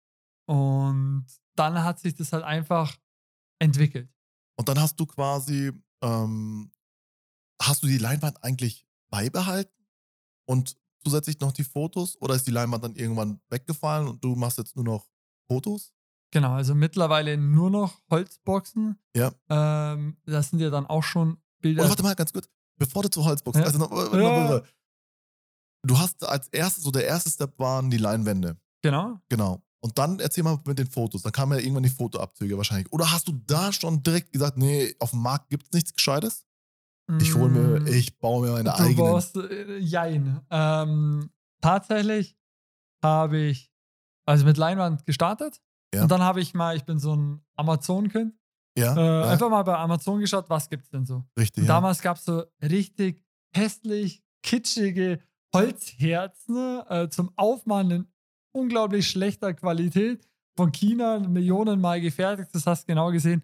Und dann hat sich das halt einfach entwickelt. Und dann hast du quasi, hast du die Leinwand eigentlich beibehalten und zusätzlich noch die Fotos? Oder ist die Leinwand dann irgendwann weggefallen und du machst jetzt nur noch Fotos? Genau, also mittlerweile nur noch Holzboxen. Ja. Das sind ja dann auch schon Bilder. Oder warte mal ganz kurz, bevor du zur Holzbox, Ja. also du hast als erstes, so der erste Step waren die Leinwände. Genau. Genau. Und dann erzähl mal mit den Fotos. Dann kamen ja irgendwann die Fotoabzüge wahrscheinlich. Oder hast du da schon direkt gesagt, nee, auf dem Markt gibt es nichts Gescheites? Ich baue mir meine eigenen. Du brauchst, jein. Tatsächlich habe ich also mit Leinwand gestartet. Ja. Und dann habe ich bin so ein Amazon-Kind. Ja. Einfach mal bei Amazon geschaut, was gibt's denn so. Richtig. Und damals gab es so richtig hässlich, kitschige Holzherzen zum Aufmalen in unglaublich schlechter Qualität. Von China millionenmal gefertigt, das hast du genau gesehen.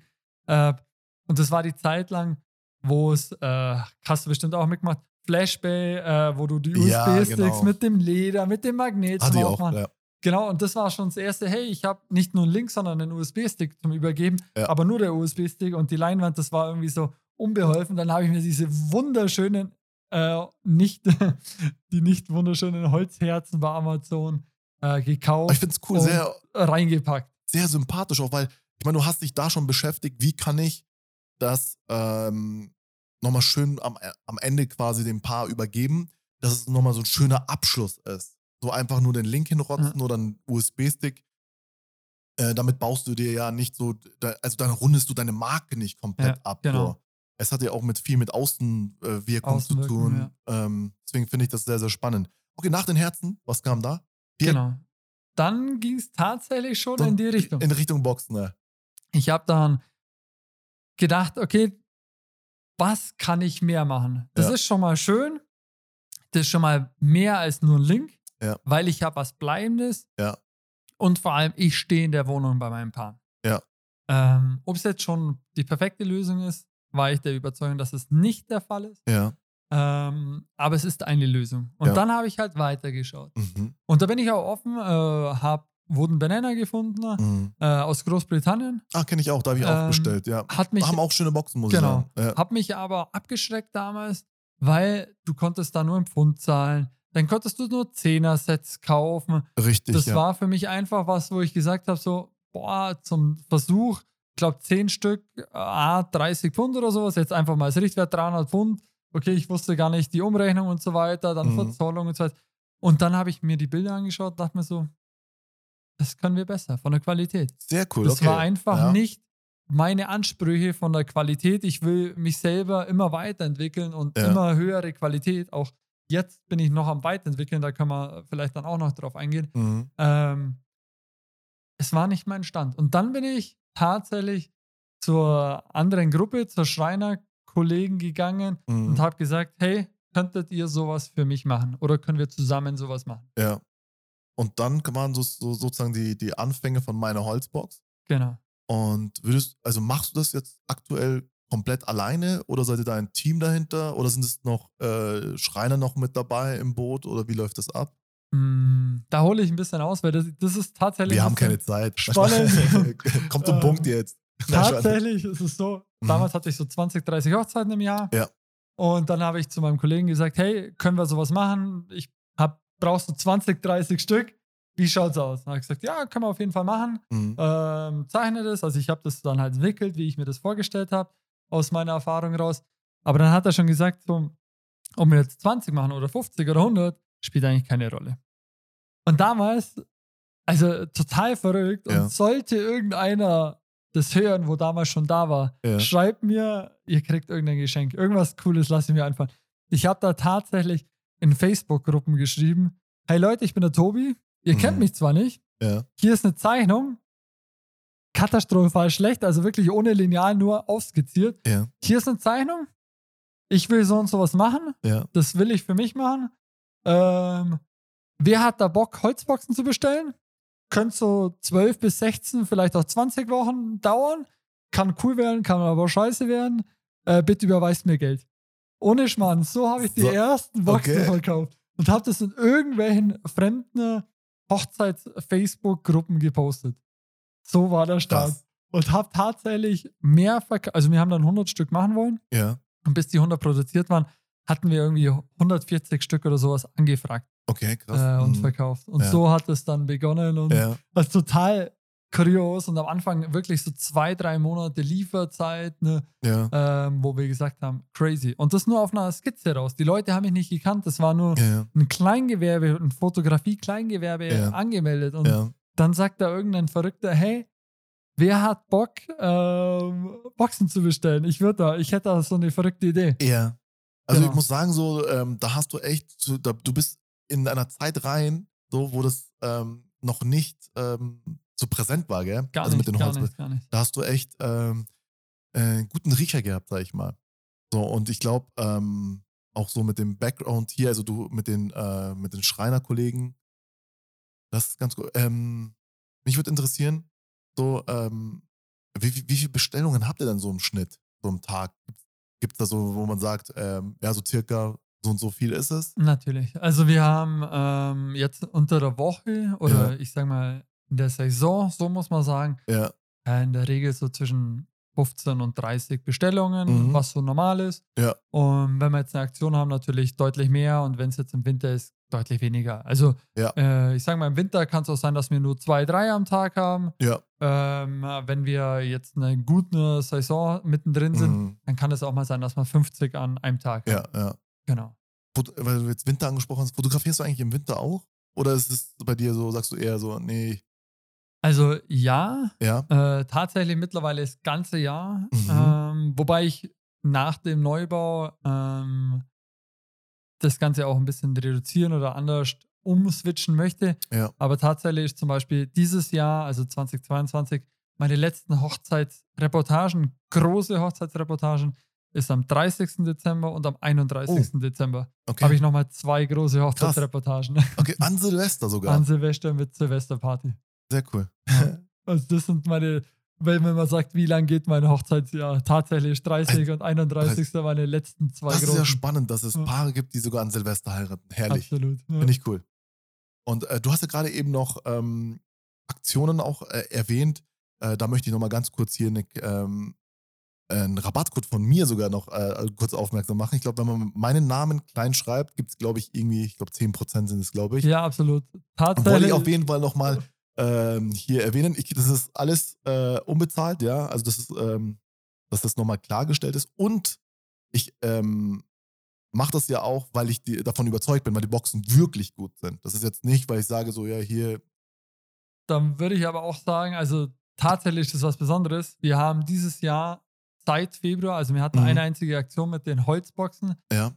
Und das war die Zeit lang, wo es, hast du bestimmt auch mitgemacht, Flashbay, wo du die USB-Sticks mit dem Leder, mit dem Magnet Hatte zum ich auch, Aufmachen. ja. Genau, und das war schon das erste, hey, ich habe nicht nur einen Link, sondern einen USB-Stick zum Übergeben, aber nur der USB-Stick und die Leinwand, das war irgendwie so unbeholfen. Dann habe ich mir diese wunderschönen, nicht wunderschönen Holzherzen bei Amazon gekauft. Aber ich finde es cool, sehr reingepackt. Sehr sympathisch auch, weil, ich meine, du hast dich da schon beschäftigt, wie kann ich das nochmal schön am Ende quasi dem Paar übergeben, dass es nochmal so ein schöner Abschluss ist. So einfach nur den Link hinrotzen oder einen USB-Stick. Damit baust du dir ja nicht so, also dann rundest du deine Marke nicht komplett ab. Genau. So. Es hat ja auch viel mit Außenwirkung zu tun. Ja. Deswegen finde ich das sehr, sehr spannend. Okay, nach den Herzen, was kam da? Genau. Dann ging es tatsächlich schon in die Richtung. In Richtung Boxen, ne? Ich habe dann gedacht, okay, was kann ich mehr machen? Das ist schon mal schön. Das ist schon mal mehr als nur ein Link, weil ich habe was Bleibendes. Ja. Und vor allem, ich stehe in der Wohnung bei meinem Paar. Ja. Ob es jetzt schon die perfekte Lösung ist, war ich der Überzeugung, dass es nicht der Fall ist. Ja. Aber es ist eine Lösung. Und dann habe ich halt weitergeschaut. Mhm. Und da bin ich auch offen, habe Wooden Banana gefunden, aus Großbritannien. Ah, kenne ich auch, da habe ich auch bestellt, ja. Haben auch schöne Boxen, muss ich sagen. Genau. Hat mich aber abgeschreckt damals, weil du konntest da nur im Pfund zahlen. Dann konntest du nur 10er-Sets kaufen. Richtig, Das war für mich einfach was, wo ich gesagt habe, so, zum Versuch, ich glaube 10 Stück, 30 Pfund oder sowas, jetzt einfach mal als Richtwert 300 Pfund. Okay, ich wusste gar nicht die Umrechnung und so weiter, dann Verzollung und so weiter. Und dann habe ich mir die Bilder angeschaut und dachte mir so, das können wir besser, von der Qualität. Sehr cool, Das war einfach nicht meine Ansprüche von der Qualität. Ich will mich selber immer weiterentwickeln und immer höhere Qualität. Auch jetzt bin ich noch am Weiterentwickeln, da können wir vielleicht dann auch noch drauf eingehen. Es war nicht mein Stand. Und dann bin ich tatsächlich zur anderen Gruppe, zur Schreinerkollegen gegangen und habe gesagt, hey, könntet ihr sowas für mich machen? Oder können wir zusammen sowas machen? Ja. Und dann waren so sozusagen die Anfänge von meiner Holzbox. Genau. Und machst du das jetzt aktuell komplett alleine oder seid ihr da ein Team dahinter oder sind es noch Schreiner noch mit dabei im Boot oder wie läuft das ab? Da hole ich ein bisschen aus, weil das ist tatsächlich. Wir haben keine Zeit. Spannend. Kommt zum Punkt jetzt. Tatsächlich ist es so, damals hatte ich so 20, 30 Hochzeiten im Jahr. Ja. Und dann habe ich zu meinem Kollegen gesagt, hey, können wir sowas machen? Brauchst du 20, 30 Stück? Wie schaut's aus? Dann habe ich gesagt, ja, können wir auf jeden Fall machen. Zeichne das. Also ich habe das dann halt entwickelt, wie ich mir das vorgestellt habe, aus meiner Erfahrung raus. Aber dann hat er schon gesagt, so, ob wir jetzt 20 machen oder 50 oder 100, spielt eigentlich keine Rolle. Und damals, also total verrückt, und sollte irgendeiner das hören, wo damals schon da war, schreibt mir, ihr kriegt irgendein Geschenk. Irgendwas Cooles lasse ich mir einfallen. Ich habe da tatsächlich in Facebook-Gruppen geschrieben, hey Leute, ich bin der Tobi, ihr kennt mich zwar nicht, hier ist eine Zeichnung, katastrophal schlecht, also wirklich ohne Lineal, nur aufskizziert. Hier ist eine Zeichnung, ich will so und sowas machen, das will ich für mich machen. Wer hat da Bock, Holzboxen zu bestellen? Könnte so 12 bis 16, vielleicht auch 20 Wochen dauern. Kann cool werden, kann aber scheiße werden. Bitte überweist mir Geld. Ohne Schmarrn. So habe ich die ersten Boxen verkauft. Und habe das in irgendwelchen fremden Hochzeits-Facebook-Gruppen gepostet. So war der Start. Krass. Und habe tatsächlich mehr verkauft. Also wir haben dann 100 Stück machen wollen. Ja. Und bis die 100 produziert waren, hatten wir irgendwie 140 Stück oder sowas angefragt Okay, krass. und verkauft. Und Ja. so hat es dann begonnen. Und Ja. das ist total kurios. Und am Anfang wirklich so 2-3 Monate Lieferzeit, ne, Ja. wo wir gesagt haben, crazy. Und das nur auf einer Skizze raus. Die Leute haben mich nicht gekannt. Das war nur Ja. ein Kleingewerbe, ein Fotografie-Kleingewerbe Ja. angemeldet. Und Ja. dann sagt da irgendein Verrückter, hey, wer hat Bock, Boxen zu bestellen? Ich hätte da so eine verrückte Idee. Ja. Also Genau. ich muss sagen, so, da hast du echt, du bist in einer Zeit rein, so, wo das noch nicht so präsent war, gell? Gar Also nicht, mit den gar Holz. nicht, gar nicht. Da hast du echt guten Riecher gehabt, sag ich mal. So, und ich glaube, auch so mit dem Background hier, also du mit den Schreinerkollegen, das ist ganz gut. Mich würde interessieren, so, wie viele Bestellungen habt ihr denn so im Schnitt, so im Tag? Gibt es da so, wo man sagt, ja, so circa so und so viel ist es? Natürlich. Also wir haben jetzt unter der Woche oder ich sag mal in der Saison, so muss man sagen, Ja. in der Regel so zwischen 15 und 30 Bestellungen, was so normal ist. Ja. Und wenn wir jetzt eine Aktion haben, natürlich deutlich mehr und wenn es jetzt im Winter ist, deutlich weniger. Also Ja. ich sage mal, im Winter kann es auch sein, dass wir nur 2, 3 am Tag haben. Ja. Wenn wir jetzt eine gute Saison mittendrin sind, dann kann es auch mal sein, dass wir 50 an einem Tag haben. Ja. Genau. Weil du jetzt Winter angesprochen hast, fotografierst du eigentlich im Winter auch? Oder ist es bei dir so, sagst du eher so, nee? Also ja, Ja. tatsächlich mittlerweile das ganze Jahr. Mhm. Wobei ich nach dem Neubau das Ganze auch ein bisschen reduzieren oder anders umswitchen möchte. Ja. Aber tatsächlich ist zum Beispiel dieses Jahr, also 2022, meine letzten Hochzeitsreportagen, große Hochzeitsreportagen, ist am 30. Dezember und am 31. Dezember. Okay. Habe ich nochmal 2 große Hochzeitsreportagen. Okay, an Silvester sogar. An Silvester mit Silvesterparty. Sehr cool. Also das sind meine, wenn man sagt, wie lange geht mein Hochzeitsjahr? Tatsächlich 30 und 31. meine letzten 2 Das großen. ist ja spannend, dass es Paare gibt, die sogar an Silvester heiraten. Herrlich. Absolut. Ja. Finde ich cool. Und du hast ja gerade eben noch Aktionen auch erwähnt. Da möchte ich nochmal ganz kurz hier einen Rabattcode von mir sogar noch kurz aufmerksam machen. Ich glaube, wenn man meinen Namen klein schreibt, gibt es, glaube ich, irgendwie, 10% sind es, glaube ich. Ja, absolut. Und wollte ich auf jeden Fall nochmal hier erwähnen. Das ist alles unbezahlt, ja. Also das ist, dass das nochmal klargestellt ist. Und ich mache das ja auch, weil ich davon überzeugt bin, weil die Boxen wirklich gut sind. Das ist jetzt nicht, weil ich sage so, ja, hier. Dann würde ich aber auch sagen, also tatsächlich ist das was Besonderes. Wir haben dieses Jahr seit Februar, also wir hatten eine einzige Aktion mit den Holzboxen. Ja.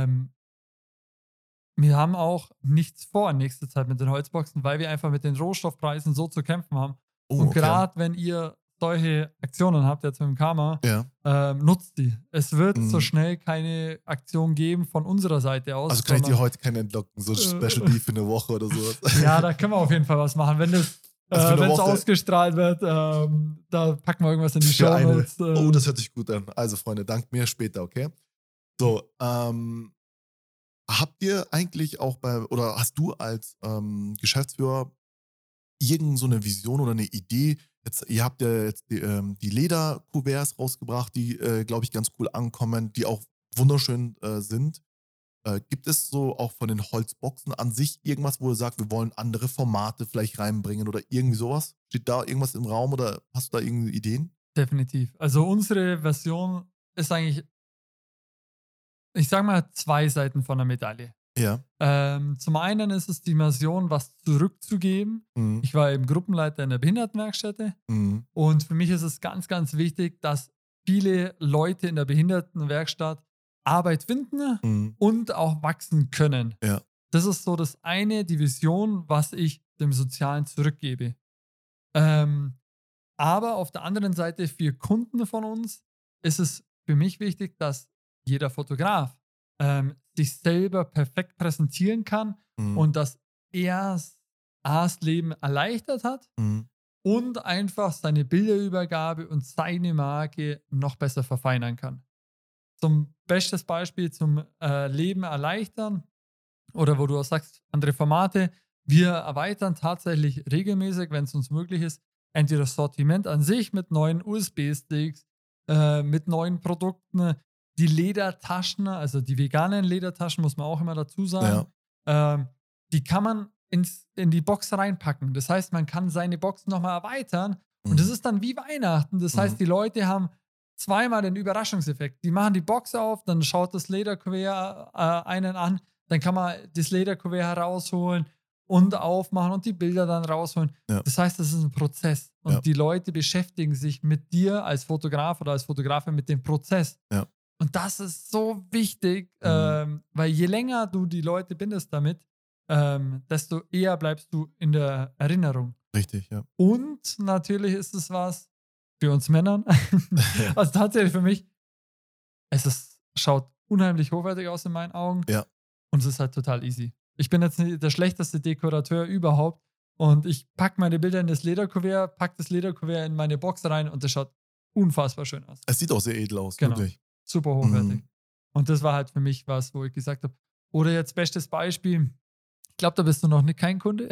Wir haben auch nichts vor in nächster Zeit mit den Holzboxen, weil wir einfach mit den Rohstoffpreisen so zu kämpfen haben. Und Okay. gerade wenn ihr solche Aktionen habt, jetzt mit dem Karma, nutzt die. Es wird so schnell keine Aktion geben von unserer Seite aus. Also kann ich dir heute keinen entlocken, so ein Special Beef für eine Woche oder sowas. Ja, da können wir auf jeden Fall was machen. Wenn es ausgestrahlt wird, da packen wir irgendwas in die Shownotes. Oh, das hört sich gut an. Also Freunde, dankt mir später, okay? So, habt ihr eigentlich auch oder hast du als Geschäftsführer irgend so eine Vision oder eine Idee? Ihr habt ja jetzt die Lederkuverts rausgebracht, die, glaube ich, ganz cool ankommen, die auch wunderschön sind. Gibt es so auch von den Holzboxen an sich irgendwas, wo ihr sagt, wir wollen andere Formate vielleicht reinbringen oder irgendwie sowas? Steht da irgendwas im Raum oder hast du da irgendwie Ideen? Definitiv. Also unsere Version ist eigentlich, ich sag mal, 2 Seiten von der Medaille. Ja. Zum einen ist es die Version, was zurückzugeben. Ich war eben Gruppenleiter in der Behindertenwerkstätte und für mich ist es ganz, ganz wichtig, dass viele Leute in der Behindertenwerkstatt Arbeit finden und auch wachsen können. Ja. Das ist so das eine, die Vision, was ich dem Sozialen zurückgebe. Aber auf der anderen Seite für Kunden von uns ist es für mich wichtig, dass jeder Fotograf sich selber perfekt präsentieren kann und dass er das Leben erleichtert hat und einfach seine Bilderübergabe und seine Marke noch besser verfeinern kann. Zum bestes Beispiel zum Leben erleichtern oder wo du auch sagst, andere Formate. Wir erweitern tatsächlich regelmäßig, wenn es uns möglich ist, entweder das Sortiment an sich mit neuen USB-Sticks, mit neuen Produkten, die Ledertaschen, also die veganen Ledertaschen, muss man auch immer dazu sagen, die kann man in die Box reinpacken. Das heißt, man kann seine Box nochmal erweitern und das ist dann wie Weihnachten. Das heißt, die Leute haben zweimal den Überraschungseffekt. Die machen die Box auf, dann schaut das Lederkuvert einen an, dann kann man das Lederkuvert herausholen und aufmachen und die Bilder dann rausholen. Ja. Das heißt, das ist ein Prozess. Und die Leute beschäftigen sich mit dir als Fotograf oder als Fotografin mit dem Prozess. Ja. Und das ist so wichtig, weil je länger du die Leute bindest damit, desto eher bleibst du in der Erinnerung. Richtig, ja. Und natürlich ist es was für uns Männern. Also tatsächlich für mich, schaut unheimlich hochwertig aus in meinen Augen. Ja. Und es ist halt total easy. Ich bin jetzt nicht der schlechteste Dekorateur überhaupt und ich packe meine Bilder in das Lederkuvert, packe das Lederkuvert in meine Box rein und das schaut unfassbar schön aus. Es sieht auch sehr edel aus, genau. Wirklich. Super hochwertig. Und das war halt für mich was, wo ich gesagt habe, oder jetzt bestes Beispiel, ich glaube, da bist du noch nicht kein Kunde.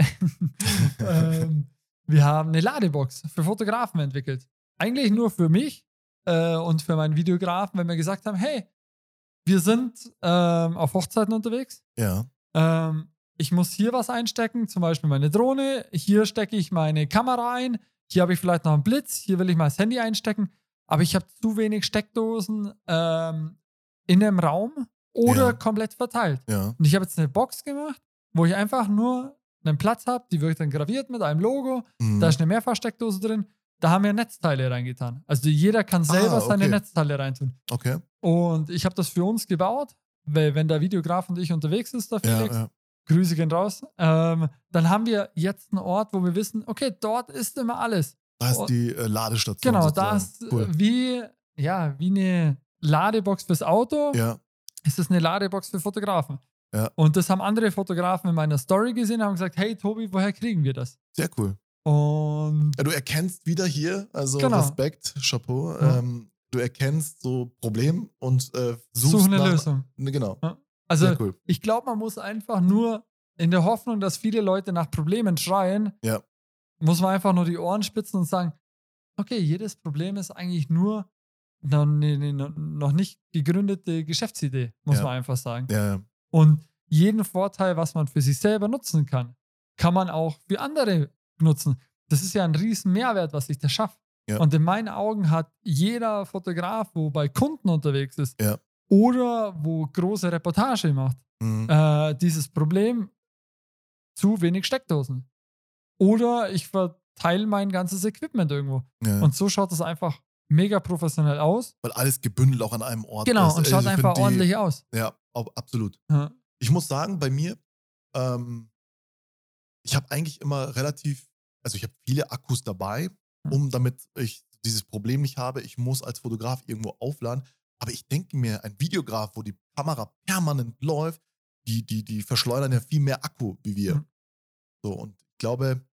Wir haben eine Ladebox für Fotografen entwickelt. Eigentlich nur für mich und für meinen Videografen, wenn wir gesagt haben, hey, wir sind auf Hochzeiten unterwegs. Ja. Ich muss hier was einstecken, zum Beispiel meine Drohne. Hier stecke ich meine Kamera ein. Hier habe ich vielleicht noch einen Blitz. Hier will ich mal das Handy einstecken. Aber ich habe zu wenig Steckdosen in dem Raum oder komplett verteilt. Ja. Und ich habe jetzt eine Box gemacht, wo ich einfach nur einen Platz habe, die wird dann graviert mit einem Logo. Da ist eine Mehrfachsteckdose drin. Da haben wir Netzteile reingetan. Also jeder kann selber seine Netzteile reintun. Okay. Und ich habe das für uns gebaut, weil wenn der Videograf und ich unterwegs ist, der Felix, Grüße gehen raus, dann haben wir jetzt einen Ort, wo wir wissen, okay, dort ist immer alles. Da ist die Ladestation. Genau, da ist wie eine Ladebox fürs Auto, ist es eine Ladebox für Fotografen. Ja. Und das haben andere Fotografen in meiner Story gesehen und haben gesagt, hey Tobi, woher kriegen wir das? Sehr cool. Und du erkennst wieder hier, also Respekt, Chapeau, du erkennst so Problem und suchst eine Lösung. Genau. Ja. Also cool. Ich glaube, man muss einfach nur in der Hoffnung, dass viele Leute nach Problemen schreien, muss man einfach nur die Ohren spitzen und sagen, okay, jedes Problem ist eigentlich nur noch nicht gegründete Geschäftsidee, muss man einfach sagen. Ja. Und jeden Vorteil, was man für sich selber nutzen kann man auch für andere nutzen. Das ist ja ein riesen Mehrwert, was ich da schaffe. Ja. Und in meinen Augen hat jeder Fotograf, wo bei Kunden unterwegs ist oder wo große Reportage macht, dieses Problem, zu wenig Steckdosen. Oder ich verteile mein ganzes Equipment irgendwo. Ja. Und so schaut es einfach mega professionell aus. Weil alles gebündelt auch an einem Ort ist. Und also schaut einfach ordentlich aus. Ja, absolut. Ja. Ich muss sagen, bei mir, ich habe eigentlich immer ich habe viele Akkus dabei, damit ich dieses Problem nicht habe. Ich muss als Fotograf irgendwo aufladen. Aber ich denke mir, ein Videograf, wo die Kamera permanent läuft, die verschleudern ja viel mehr Akku wie wir. So, und ich glaube,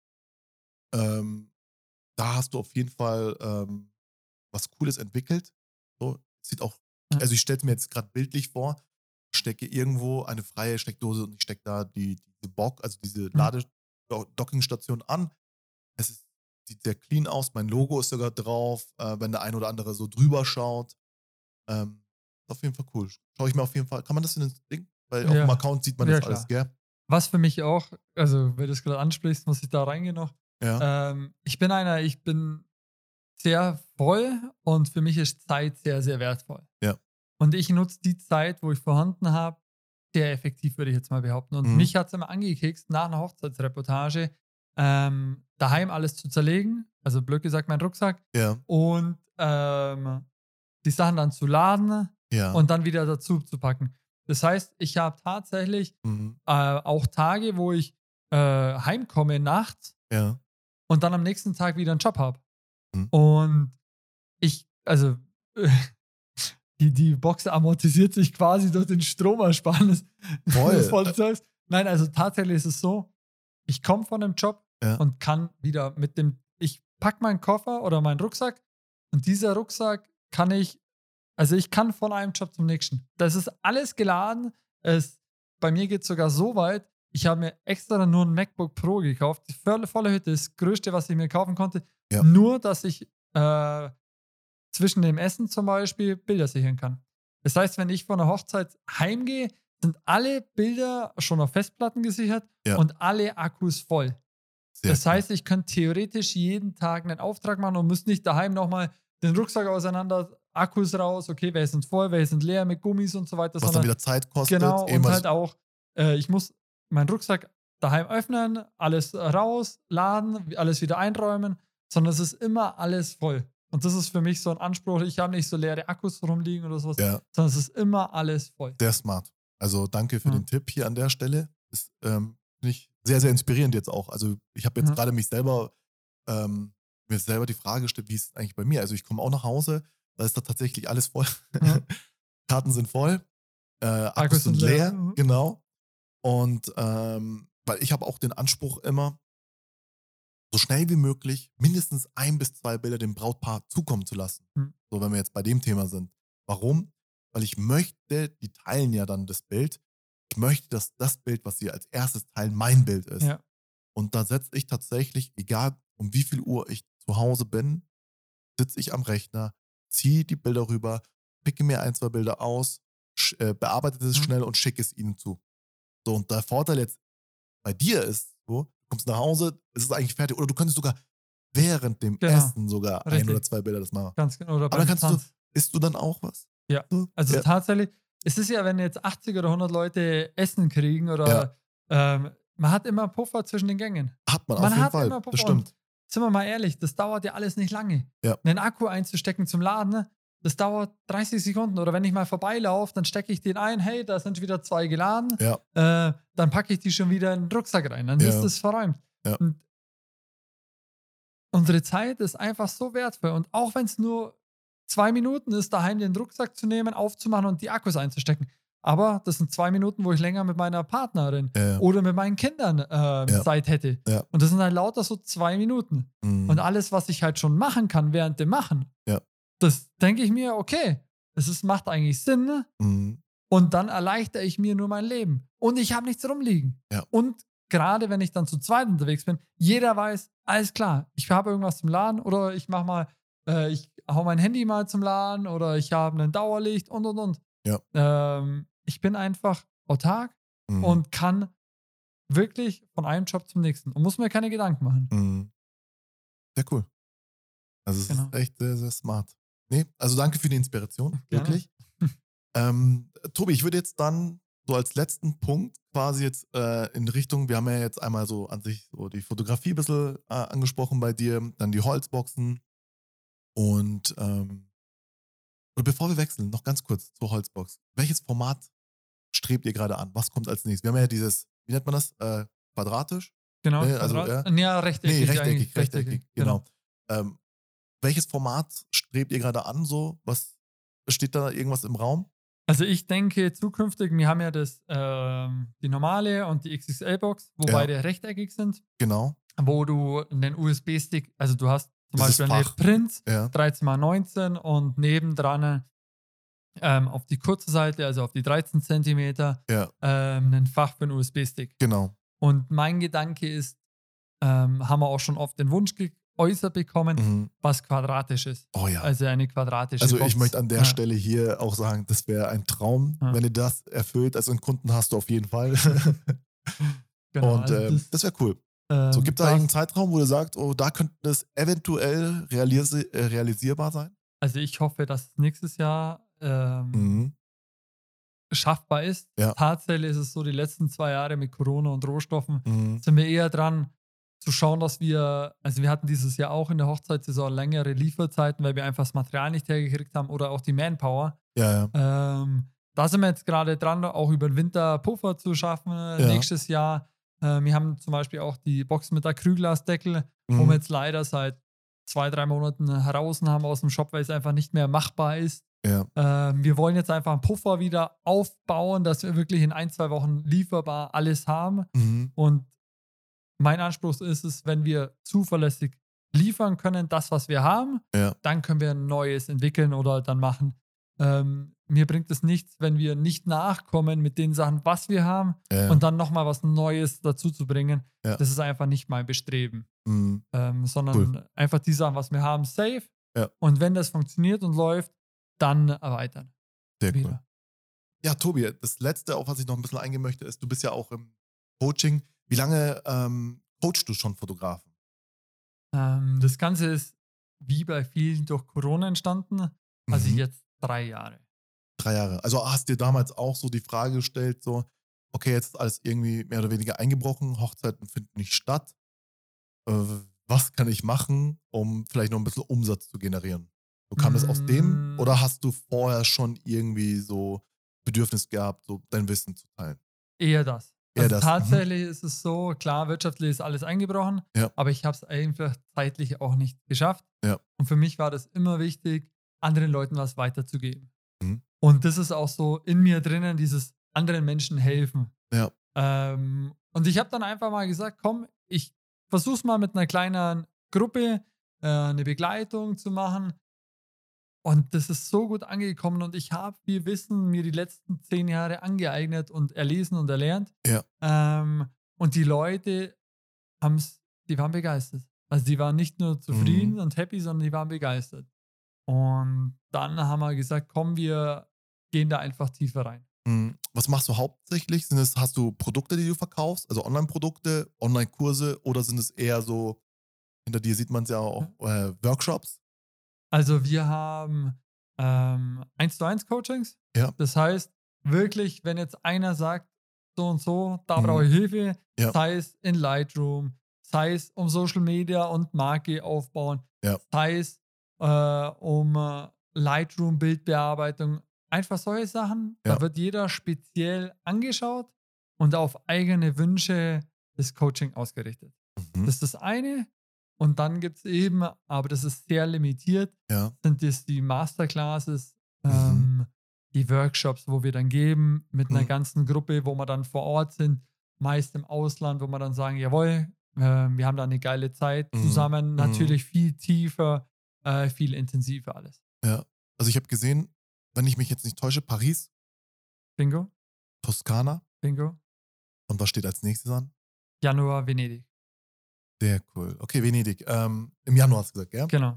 da hast du auf jeden Fall was Cooles entwickelt. So, sieht auch, also ich stelle es mir jetzt gerade bildlich vor, stecke irgendwo eine freie Steckdose und ich stecke da diese Box, also diese Ladedockingstation an. Sieht sehr clean aus, mein Logo ist sogar drauf, wenn der ein oder andere so drüber schaut. Ist auf jeden Fall cool. Schaue ich mir auf jeden Fall, kann man das in das Ding? Weil auf dem Account sieht man das alles, gell? Was für mich auch, also wenn du es gerade ansprichst, muss ich da reingehen noch. Ja. Ich bin sehr voll und für mich ist Zeit sehr, sehr wertvoll. Ja. Und ich nutze die Zeit, wo ich vorhanden habe, sehr effektiv, würde ich jetzt mal behaupten. Und mich hat es immer angekickst, nach einer Hochzeitsreportage daheim alles zu zerlegen, also blöd gesagt mein Rucksack, und die Sachen dann zu laden und dann wieder dazu zu packen. Das heißt, ich habe tatsächlich auch Tage, wo ich heimkomme nachts und dann am nächsten Tag wieder einen Job habe. Und die Box amortisiert sich quasi durch den Stromersparnis. Voll. Nein, also tatsächlich ist es so, ich komme von einem Job und kann wieder ich packe meinen Koffer oder meinen Rucksack und dieser Rucksack ich kann von einem Job zum nächsten. Das ist alles geladen. Bei mir geht es sogar so weit, ich habe mir extra nur ein MacBook Pro gekauft, die volle Hütte, das Größte, was ich mir kaufen konnte. Ja. Nur, dass ich zwischen dem Essen zum Beispiel Bilder sichern kann. Das heißt, wenn ich von einer Hochzeit heimgehe, sind alle Bilder schon auf Festplatten gesichert Ja. und alle Akkus voll. Sehr Das cool. heißt, ich könnte theoretisch jeden Tag einen Auftrag machen und müsste nicht daheim nochmal den Rucksack auseinander, Akkus raus, okay, welche sind voll, welche sind leer mit Gummis und so weiter. Was dann wieder Zeit kostet. Genau, und was- halt auch, ich muss meinen Rucksack daheim öffnen, alles raus, laden, alles wieder einräumen, sondern es ist immer alles voll. Und das ist für mich so ein Anspruch. Ich habe nicht so leere Akkus rumliegen oder sowas, Ja, sondern es ist immer alles voll. sehr smart. Also danke für Ja. den Tipp hier an der Stelle. Ist, finde ich sehr, sehr inspirierend jetzt auch. Also ich habe jetzt Ja. gerade mir selber die Frage gestellt, wie ist es eigentlich bei mir? Also ich komme auch nach Hause, da ist da tatsächlich alles voll. Ja. Karten sind voll, Akkus sind leer, Mhm. genau. Und weil ich habe auch den Anspruch immer, so schnell wie möglich mindestens 1 bis 2 Bilder dem Brautpaar zukommen zu lassen. Mhm. So, wenn wir jetzt bei dem Thema sind. Warum? Weil ich möchte, die teilen ja dann das Bild. Ich möchte, dass das Bild, was sie als erstes teilen, mein Bild ist. Ja. Und da setze ich tatsächlich, egal um wie viel Uhr ich zu Hause bin, sitze ich am Rechner, ziehe die Bilder rüber, picke mir 1, 2 Bilder aus, bearbeite es Mhm. schnell und schicke es ihnen zu. So, und der Vorteil jetzt bei dir ist, so, du kommst nach Hause, es ist eigentlich fertig. Oder du könntest sogar während dem Genau. Essen sogar 1 Richtig. oder 2 Bilder das machen. Ganz genau. Oder Aber dann beim kannst du, Tanz. isst du dann auch was? Ja. So? Also ja. tatsächlich, es ist ja, wenn jetzt 80 oder 100 Leute Essen kriegen oder man hat immer Puffer zwischen den Gängen. Hat man Man auf jeden hat Fall. immer Puffer. Das stimmt. Und sind wir mal ehrlich, das dauert ja alles nicht lange. Ja. Einen Akku einzustecken zum Laden, ne, das dauert 30 Sekunden. Oder wenn ich mal vorbeilaufe, dann stecke ich den ein, hey, da sind wieder 2 geladen. Ja. Dann packe ich die schon wieder in den Rucksack rein. Dann Ja. ist das verräumt. Ja. Und unsere Zeit ist einfach so wertvoll. Und auch wenn es nur 2 Minuten ist, daheim den Rucksack zu nehmen, aufzumachen und die Akkus einzustecken. Aber das sind 2 Minuten, wo ich länger mit meiner Partnerin Ja. oder mit meinen Kindern Zeit hätte. Ja. Und das sind halt lauter so 2 Minuten. Mhm. Und alles, was ich halt schon machen kann während dem Machen, Ja. das denke ich mir, okay, macht eigentlich Sinn. Ne? Mhm. Und dann erleichtere ich mir nur mein Leben. Und ich habe nichts rumliegen. Ja. Und gerade wenn ich dann zu zweit unterwegs bin, jeder weiß, alles klar, ich habe irgendwas zum Laden oder ich mache mal, ich hau mein Handy mal zum Laden oder ich habe ein Dauerlicht und. Ja. Ich bin einfach autark Mhm. und kann wirklich von einem Job zum nächsten und muss mir keine Gedanken machen. Mhm. Sehr cool. Also es Genau. ist echt sehr, sehr smart. Nee, also danke für die Inspiration, Gerne. wirklich. Tobi, ich würde jetzt dann so als letzten Punkt quasi jetzt in Richtung, wir haben ja jetzt einmal so an sich so die Fotografie ein bisschen angesprochen bei dir, dann die Holzboxen und bevor wir wechseln, noch ganz kurz zur Holzbox. Welches Format strebt ihr gerade an? Was kommt als nächstes? Wir haben ja dieses, wie nennt man das? Quadratisch? Genau. Nee, also, ja, rechteckig. Nee, eigentlich. rechteckig, genau. Welches Format strebt ihr gerade an? So, was steht da irgendwas im Raum? Also ich denke zukünftig, wir haben ja die normale und die XXL-Box, wo Ja. beide rechteckig sind, Genau. wo du einen USB-Stick, also du hast zum Das ist Beispiel eine Fach. Print Ja. 13x19 und nebendran auf die kurze Seite, also auf die 13 Zentimeter, Ja, ein Fach für einen USB-Stick. genau. Und mein Gedanke ist, haben wir auch schon oft den Wunsch geäußert bekommen, Mhm. was quadratisch ist. Oh ja. Also eine quadratische Also Box. ich möchte an der Ja. Stelle hier auch sagen, das wäre ein Traum, Ja. wenn ihr das erfüllt. Also einen Kunden hast du auf jeden Fall. Genau, Und also das wäre cool. So, gibt es da das- irgendeinen Zeitraum, wo du sagst, oh, da könnte es eventuell realisierbar sein? Also ich hoffe, dass es nächstes Jahr Mhm. schaffbar ist. Ja. Tatsächlich ist es so, die letzten 2 Jahre mit Corona und Rohstoffen Mhm. sind wir eher dran zu schauen, dass wir hatten dieses Jahr auch in der Hochzeitssaison längere Lieferzeiten, weil wir einfach das Material nicht hergekriegt haben oder auch die Manpower. Ja, ja. Da sind wir jetzt gerade dran, auch über den Winter Puffer zu schaffen nächstes Jahr. Wir haben zum Beispiel auch die Box mit Acrylglasdeckel, wo wir jetzt leider seit 2-3 Monaten heraus haben aus dem Shop, weil es einfach nicht mehr machbar ist. Ja. Wir wollen jetzt einfach einen Puffer wieder aufbauen, dass wir wirklich in 1-2 Wochen lieferbar alles haben. Mhm. Und mein Anspruch ist es, wenn wir zuverlässig liefern können, das, was wir haben, Ja. dann können wir ein neues entwickeln oder dann machen. mir bringt es nichts, wenn wir nicht nachkommen mit den Sachen, was wir haben Ja. und dann nochmal was Neues dazu zu bringen. Ja. Das ist einfach nicht mein Bestreben. Mhm. Sondern einfach die Sachen, was wir haben, safe. Ja. Und wenn das funktioniert und läuft, dann erweitern. Sehr Wieder. cool. Ja, Tobi, das Letzte, auf was ich noch ein bisschen eingehen möchte, ist, du bist ja auch im Coaching. Wie lange coachst du schon Fotografen? Das Ganze ist wie bei vielen durch Corona entstanden. Also Mhm. jetzt 3 Jahre. 3 Jahre. Also hast dir damals auch so die Frage gestellt, so, okay, jetzt ist alles irgendwie mehr oder weniger eingebrochen, Hochzeiten finden nicht statt. Was kann ich machen, um vielleicht noch ein bisschen Umsatz zu generieren? So kam das aus dem oder hast du vorher schon irgendwie so Bedürfnis gehabt, so dein Wissen zu teilen? Eher das. Eher Also das, tatsächlich ist es so, klar, wirtschaftlich ist alles eingebrochen, Ja. aber ich habe es einfach zeitlich auch nicht geschafft. Ja. Und für mich war das immer wichtig, anderen Leuten was weiterzugeben. Mhm. Und das ist auch so in mir drinnen, dieses anderen Menschen helfen. Ja. Und ich habe dann einfach mal gesagt, komm, ich versuch's mal mit einer kleinen Gruppe, eine Begleitung zu machen. Und das ist so gut angekommen und ich habe viel Wissen mir die letzten 10 Jahre angeeignet und erlesen und erlernt. Ja. Und die Leute die waren begeistert. Also die waren nicht nur zufrieden und happy, sondern die waren begeistert. Und dann haben wir gesagt, komm, wir gehen da einfach tiefer rein. Was machst du hauptsächlich? Hast du Produkte, die du verkaufst, also Online-Produkte, Online-Kurse oder sind es eher so, hinter dir sieht man es ja auch, Workshops? Also wir haben 1:1 Coachings. Ja. Das heißt, wirklich, wenn jetzt einer sagt, so und so, da Mhm. brauche ich Hilfe, Ja. sei es in Lightroom, sei es um Social Media und Marke aufbauen, Ja. sei es um Lightroom, Bildbearbeitung, einfach solche Sachen. Ja. Da wird jeder speziell angeschaut und auf eigene Wünsche das Coaching ausgerichtet. Mhm. Das ist das eine. Und dann gibt es eben, aber das ist sehr limitiert, Ja. sind das die Masterclasses, Mhm. die Workshops, wo wir dann geben mit einer Mhm. ganzen Gruppe, wo wir dann vor Ort sind, meist im Ausland, wo wir dann sagen, jawohl, wir haben da eine geile Zeit Mhm. zusammen, Mhm. natürlich viel tiefer, viel intensiver alles. Ja. Also ich habe gesehen, wenn ich mich jetzt nicht täusche, Paris, Bingo, Toskana bingo. und was steht als nächstes an? Januar, Venedig. Sehr cool. Okay, Venedig. Im Januar hast du gesagt, gell? Genau.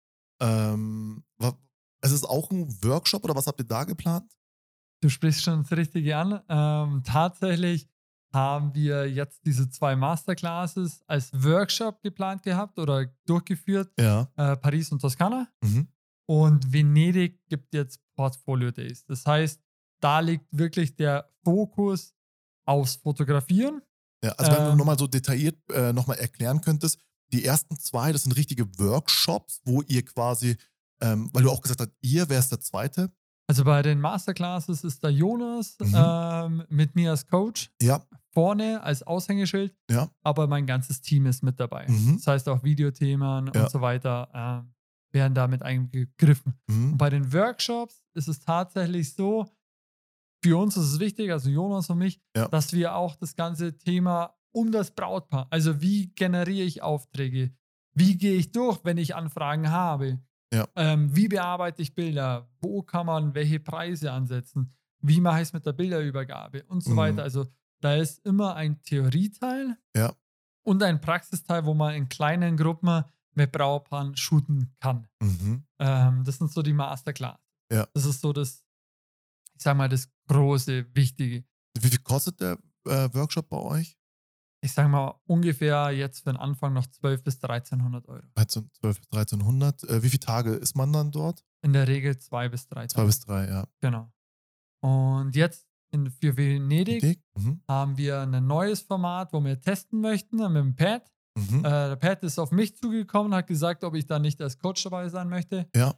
Es ist auch ein Workshop oder was habt ihr da geplant? Du sprichst schon das Richtige an. Tatsächlich haben wir jetzt diese 2 Masterclasses als Workshop geplant gehabt oder durchgeführt, Ja. Paris und Toskana. Mhm. Und Venedig gibt jetzt Portfolio Days. Das heißt, da liegt wirklich der Fokus aufs Fotografieren. Ja, also wenn du nochmal so detailliert nochmal erklären könntest, die ersten 2, das sind richtige Workshops, wo ihr quasi, weil du auch gesagt hast, wer ist der zweite? Also bei den Masterclasses ist der Jonas mit mir als Coach Ja, vorne als Aushängeschild, ja. aber mein ganzes Team ist mit dabei. Mhm. Das heißt auch Videothemen Ja. und so weiter werden damit eingegriffen. Und Mhm. bei den Workshops ist es tatsächlich so, für uns ist es wichtig, also Jonas und mich, Ja. dass wir auch das ganze Thema um das Brautpaar, also wie generiere ich Aufträge, wie gehe ich durch, wenn ich Anfragen habe, Ja. wie bearbeite ich Bilder, wo kann man welche Preise ansetzen, wie mache ich es mit der Bilderübergabe und so Mhm. weiter. Also da ist immer ein Theorieteil Ja. und ein Praxisteil, wo man in kleinen Gruppen mit Brautpaaren shooten kann. Mhm. Das sind so die Masterclass. Ja. Das ist so das, ich sag mal, das große, wichtige. Wie viel kostet der Workshop bei euch? Ich sag mal, ungefähr jetzt für den Anfang noch 1200 bis 1300 Euro. 12 bis 1300. Wie viele Tage ist man dann dort? In der Regel 2 bis 3 2 Tage. bis 3, ja. Genau. Und jetzt für Venedig Idee? Mhm. haben wir ein neues Format, wo wir testen möchten mit dem Pat. Mhm. Der Pat ist auf mich zugekommen, hat gesagt, ob ich da nicht als Coach dabei sein möchte. Ja.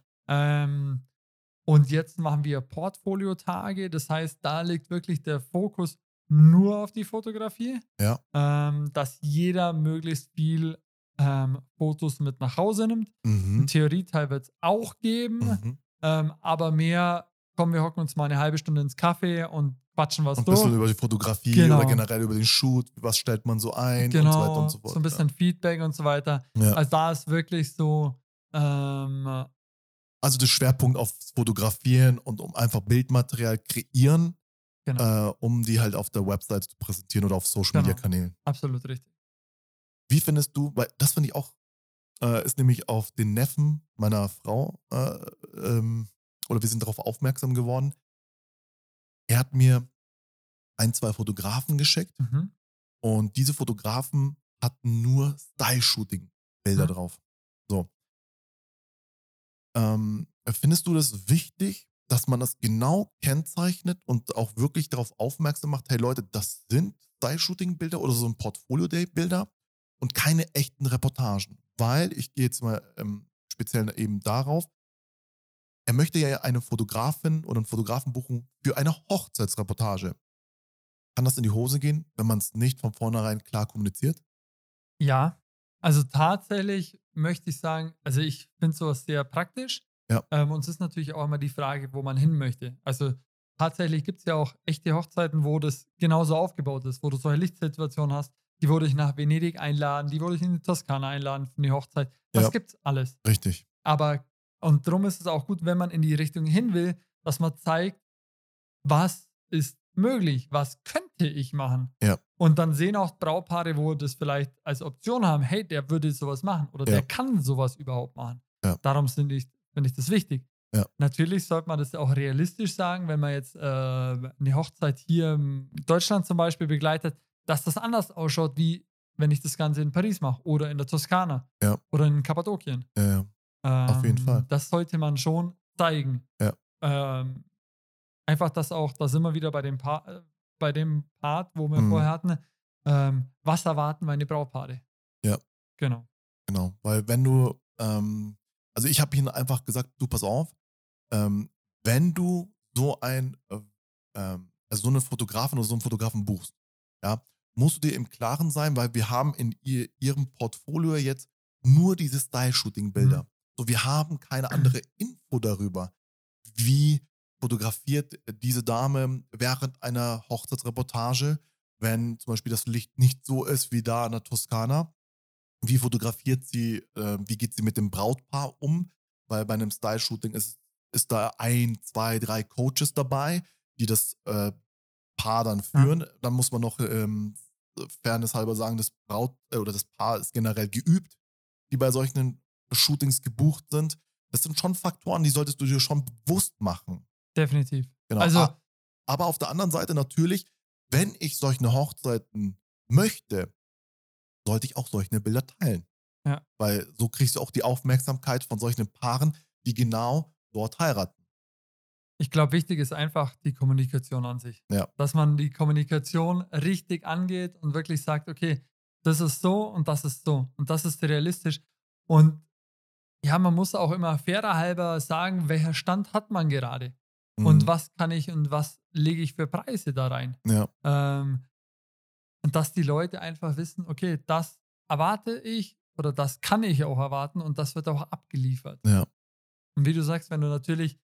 Und jetzt machen wir Portfolio-Tage. Das heißt, da liegt wirklich der Fokus nur auf die Fotografie. Ja. Dass jeder möglichst viel Fotos mit nach Hause nimmt. Einen Mhm. Theorieteil wird es auch geben. Mhm. Aber mehr, komm, wir hocken uns mal eine halbe Stunde ins Café und quatschen was Ein durch. bisschen über die Fotografie Genau. oder generell über den Shoot, was stellt man so ein und so Genau, weiter und so fort. so ein bisschen Feedback und so weiter. Ja. Also da ist wirklich so Also der Schwerpunkt auf Fotografieren und um einfach Bildmaterial kreieren, Genau, um die halt auf der Website zu präsentieren oder auf genau. Social-Media-Kanälen. Absolut richtig. Wie findest du, weil das finde ich auch, ist nämlich auf den Neffen meiner Frau, oder wir sind darauf aufmerksam geworden. Er hat mir ein, zwei Fotografen geschickt Mhm. und diese Fotografen hatten nur Style-Shooting-Bilder Mhm. drauf. So. Findest du das wichtig, dass man das genau kennzeichnet und auch wirklich darauf aufmerksam macht, hey Leute, das sind Style-Shooting-Bilder oder so ein Portfolio-Day-Bilder und keine echten Reportagen? Weil, ich gehe jetzt mal speziell eben darauf, er möchte ja eine Fotografin oder einen Fotografen buchen für eine Hochzeitsreportage. Kann das in die Hose gehen, wenn man es nicht von vornherein klar kommuniziert? Ja, also tatsächlich möchte ich sagen, also ich finde sowas sehr praktisch. Ja, Und es ist natürlich auch immer die Frage, wo man hin möchte. Also tatsächlich gibt es ja auch echte Hochzeiten, wo das genauso aufgebaut ist, wo du solche Lichtsituationen hast. Die würde ich nach Venedig einladen, die würde ich in die Toskana einladen für eine Hochzeit. Das ja, gibt's alles. richtig. Aber, und darum ist es auch gut, wenn man in die Richtung hin will, dass man zeigt, was ist möglich, was könnte ich machen? Ja, Und dann sehen auch Brautpaare, wo das vielleicht als Option haben, hey, der würde sowas machen oder ja, der kann sowas überhaupt machen. ja, Darum finde ich das wichtig. ja, Natürlich sollte man das auch realistisch sagen, wenn man jetzt eine Hochzeit hier in Deutschland zum Beispiel begleitet, dass das anders ausschaut, wie wenn ich das Ganze in Paris mache oder in der Toskana ja, oder in Kappadokien. ja, ja. Auf jeden Fall. Das sollte man schon zeigen. Ja, Ähm, Einfach das auch, da sind wir wieder bei dem Part, wo wir mhm, vorher hatten, was erwarten meine Brautpaare? ja. Genau. Genau, weil wenn du, also ich habe ihnen einfach gesagt, du pass auf, ähm, wenn du so also so eine Fotografin oder so einen Fotografen buchst, ja, musst du dir im Klaren sein, weil wir haben in ihrem Portfolio jetzt nur diese Mhm. Style-Shooting-Bilder. So, wir haben keine andere Info darüber, wie fotografiert diese Dame während einer Hochzeitsreportage, wenn zum Beispiel das Licht nicht so ist wie da in der Toskana. Wie fotografiert sie, wie geht sie mit dem Brautpaar um? Weil bei einem Style-Shooting ist da ein, 2, 3 Coaches dabei, die das, Paar dann Ja, führen. Dann muss man noch, Fairness halber sagen, das oder das Paar ist generell geübt, die bei solchen Shootings gebucht sind. Das sind schon Faktoren, die solltest du dir schon bewusst machen. definitiv. Genau. Also, Aber auf der anderen Seite natürlich, wenn ich solche Hochzeiten möchte, sollte ich auch solche Bilder teilen. ja, Weil so kriegst du auch die Aufmerksamkeit von solchen Paaren, die genau dort heiraten. ich glaube, wichtig ist einfach die Kommunikation an sich. Ja. Dass man die Kommunikation richtig angeht und wirklich sagt, okay, das ist so und das ist so und das ist realistisch. Und ja, man muss auch immer fairer halber sagen, welcher Stand hat man gerade und Mhm. was kann ich und was lege ich für Preise da rein. Ja. Ähm, Und dass die Leute einfach wissen, okay, das erwarte ich oder das kann ich auch erwarten und das wird auch abgeliefert. Ja. Und wie du sagst, wenn du natürlich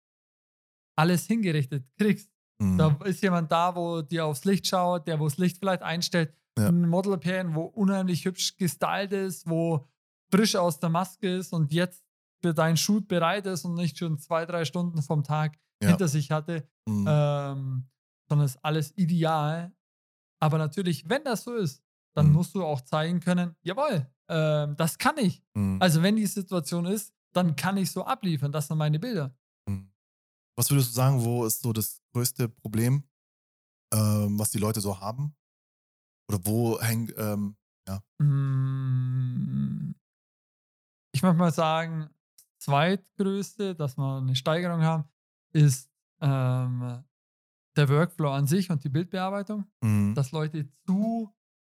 alles hingerichtet kriegst, da Mhm. ist jemand da, wo dir aufs Licht schaut, der wo das Licht vielleicht einstellt, Ja. ein Modelpärchen, wo unheimlich hübsch gestylt ist, wo frisch aus der Maske ist und jetzt für deinen Shoot bereit ist und nicht schon 2, 3 Stunden vom Tag Ja. hinter sich hatte, Mhm. ähm, sondern ist alles ideal. Aber natürlich, wenn das so ist, dann Mhm. musst du auch zeigen können, jawohl, das kann ich. Mhm. Also wenn die Situation ist, dann kann ich so abliefern. Das sind meine Bilder. Mhm. Was würdest du sagen, wo ist so das größte Problem, was die Leute so haben? Oder wo hängt, ja. Hm, Ich möchte mal sagen, das zweitgrößte, dass wir eine Steigerung haben, ist der Workflow an sich und die Bildbearbeitung. Mhm. Dass Leute zu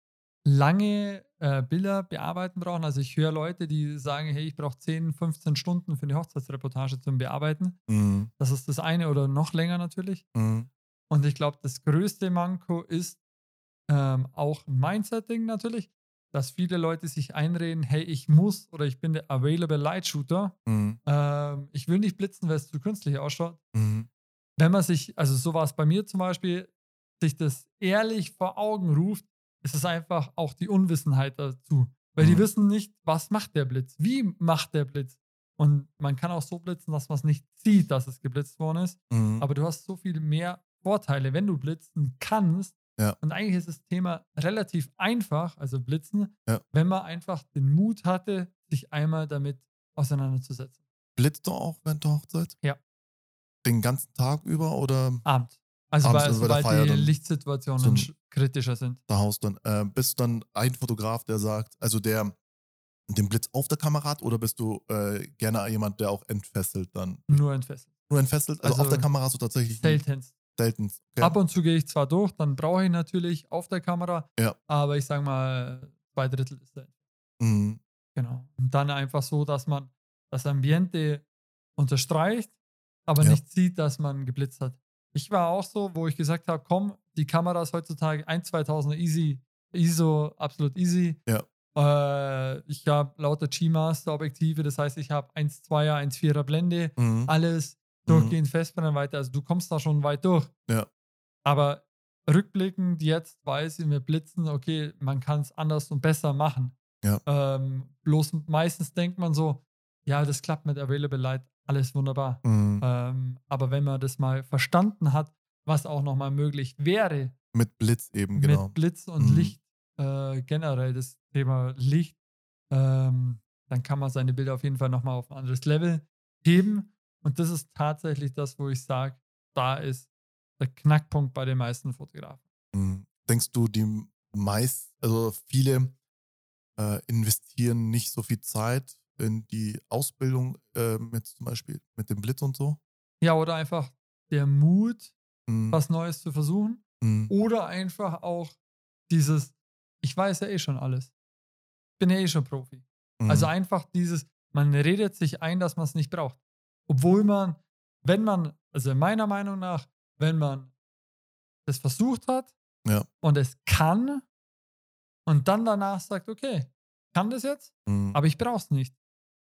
lange Bilder bearbeiten brauchen. Also ich höre Leute, die sagen, hey, ich brauche 10, 15 Stunden für eine Hochzeitsreportage zum Bearbeiten. Mhm. Das ist das eine oder noch länger natürlich. Mhm. Und ich glaube, das größte Manko ist auch ein Mindset-Ding natürlich, dass viele Leute sich einreden, hey, ich muss oder ich bin der Available Light Shooter. Mhm. Ich will nicht blitzen, weil es zu künstlich ausschaut. Mhm. Wenn man sich, also so war es bei mir zum Beispiel, sich das ehrlich vor Augen ruft, ist es einfach auch die Unwissenheit dazu. Weil die Mhm. wissen nicht, was macht der Blitz? Wie macht der Blitz? Und man kann auch so blitzen, dass man es nicht sieht, dass es geblitzt worden ist. Mhm. Aber du hast so viel mehr Vorteile, wenn du blitzen kannst. Ja. Und eigentlich ist das Thema relativ einfach, also blitzen, Ja. wenn man einfach den Mut hatte, sich einmal damit auseinanderzusetzen. Blitzt du auch während der Hochzeit? Ja. Den ganzen Tag über oder Abend. Also Abends, also bei der sobald Feier die dann Lichtsituationen so kritischer sind. da haust dann? Bist du dann ein Fotograf, der sagt, also der den Blitz auf der Kamera hat, oder bist du gerne jemand, der auch entfesselt dann? Nur entfesselt. Nur entfesselt? Also auf der Also Kamera hast du tatsächlich Seltenst. selten. Okay. Ab und zu gehe ich zwar durch, dann brauche ich natürlich auf der Kamera, Ja. aber ich sage mal, 2/3 ist da. Mhm. Genau. Und dann einfach so, dass man das Ambiente unterstreicht, aber Ja. nicht sieht, dass man geblitzt hat. Ich war auch so, wo ich gesagt habe, komm, die Kameras heutzutage 1.000-2.000 easy, ISO, absolut easy. Ja. Ich habe lauter G-Master-Objektive, das heißt, ich habe 1,2er, 1,4er Blende, Mhm. alles durchgehend Festbrennweite, also du kommst da schon weit durch. Ja. Aber rückblickend jetzt weiß ich, mit Blitzen, okay, man kann es anders und besser machen. Ja. Bloß meistens denkt man so, ja, das klappt mit Available Light, alles wunderbar. Mhm. Aber wenn man das mal verstanden hat, was auch nochmal möglich wäre, Mit Blitz eben, genau. mit Blitz und Mhm. Licht, generell das Thema Licht, dann kann man seine Bilder auf jeden Fall nochmal auf ein anderes Level heben. Und das ist tatsächlich das, wo ich sage, da ist der Knackpunkt bei den meisten Fotografen. Mhm. Denkst du, also viele investieren nicht so viel Zeit in die Ausbildung, jetzt zum Beispiel mit dem Blitz und so? Ja, oder einfach der Mut, Mhm. was Neues zu versuchen. Mhm. Oder einfach auch dieses, ich weiß ja eh schon alles. Bin ja eh schon Profi. Mhm. Also einfach dieses, man redet sich ein, dass man es nicht braucht. Obwohl man, wenn man, also meiner Meinung nach, wenn man es versucht hat Ja. und es kann und dann danach sagt, okay, kann das jetzt, Mhm. aber ich brauche es nicht.